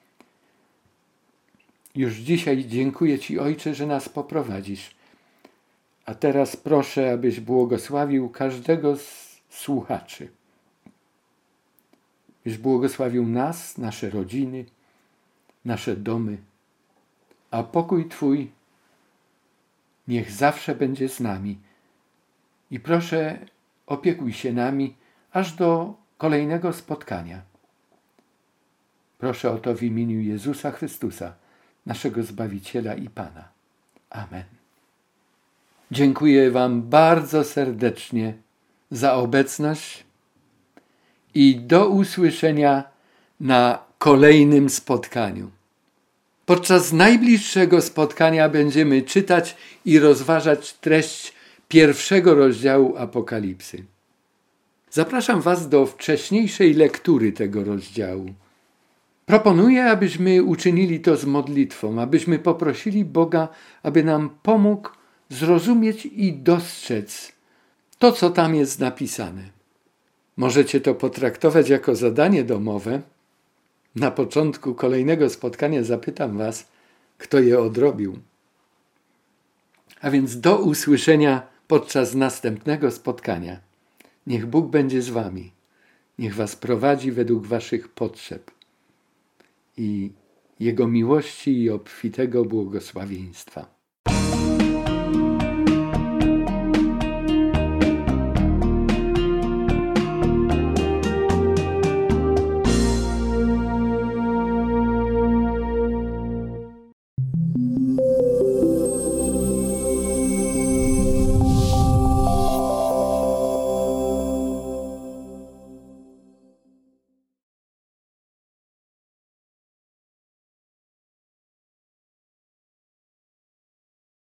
Już dzisiaj dziękuję Ci, Ojcze, że nas poprowadzisz. A teraz proszę, abyś błogosławił każdego z słuchaczy. Byś błogosławił nas, nasze rodziny, nasze domy. A pokój Twój niech zawsze będzie z nami. I proszę, opiekuj się nami aż do kolejnego spotkania. Proszę o to w imieniu Jezusa Chrystusa, naszego Zbawiciela i Pana. Amen. Dziękuję Wam bardzo serdecznie za obecność i do usłyszenia na kolejnym spotkaniu. Podczas najbliższego spotkania będziemy czytać i rozważać treść pierwszego rozdziału Apokalipsy. Zapraszam Was do wcześniejszej lektury tego rozdziału. Proponuję, abyśmy uczynili to z modlitwą, abyśmy poprosili Boga, aby nam pomógł zrozumieć i dostrzec to, co tam jest napisane. Możecie to potraktować jako zadanie domowe. Na początku kolejnego spotkania zapytam Was, kto je odrobił. A więc do usłyszenia podczas następnego spotkania. Niech Bóg będzie z Wami. Niech Was prowadzi według Waszych potrzeb i Jego miłości i obfitego błogosławieństwa.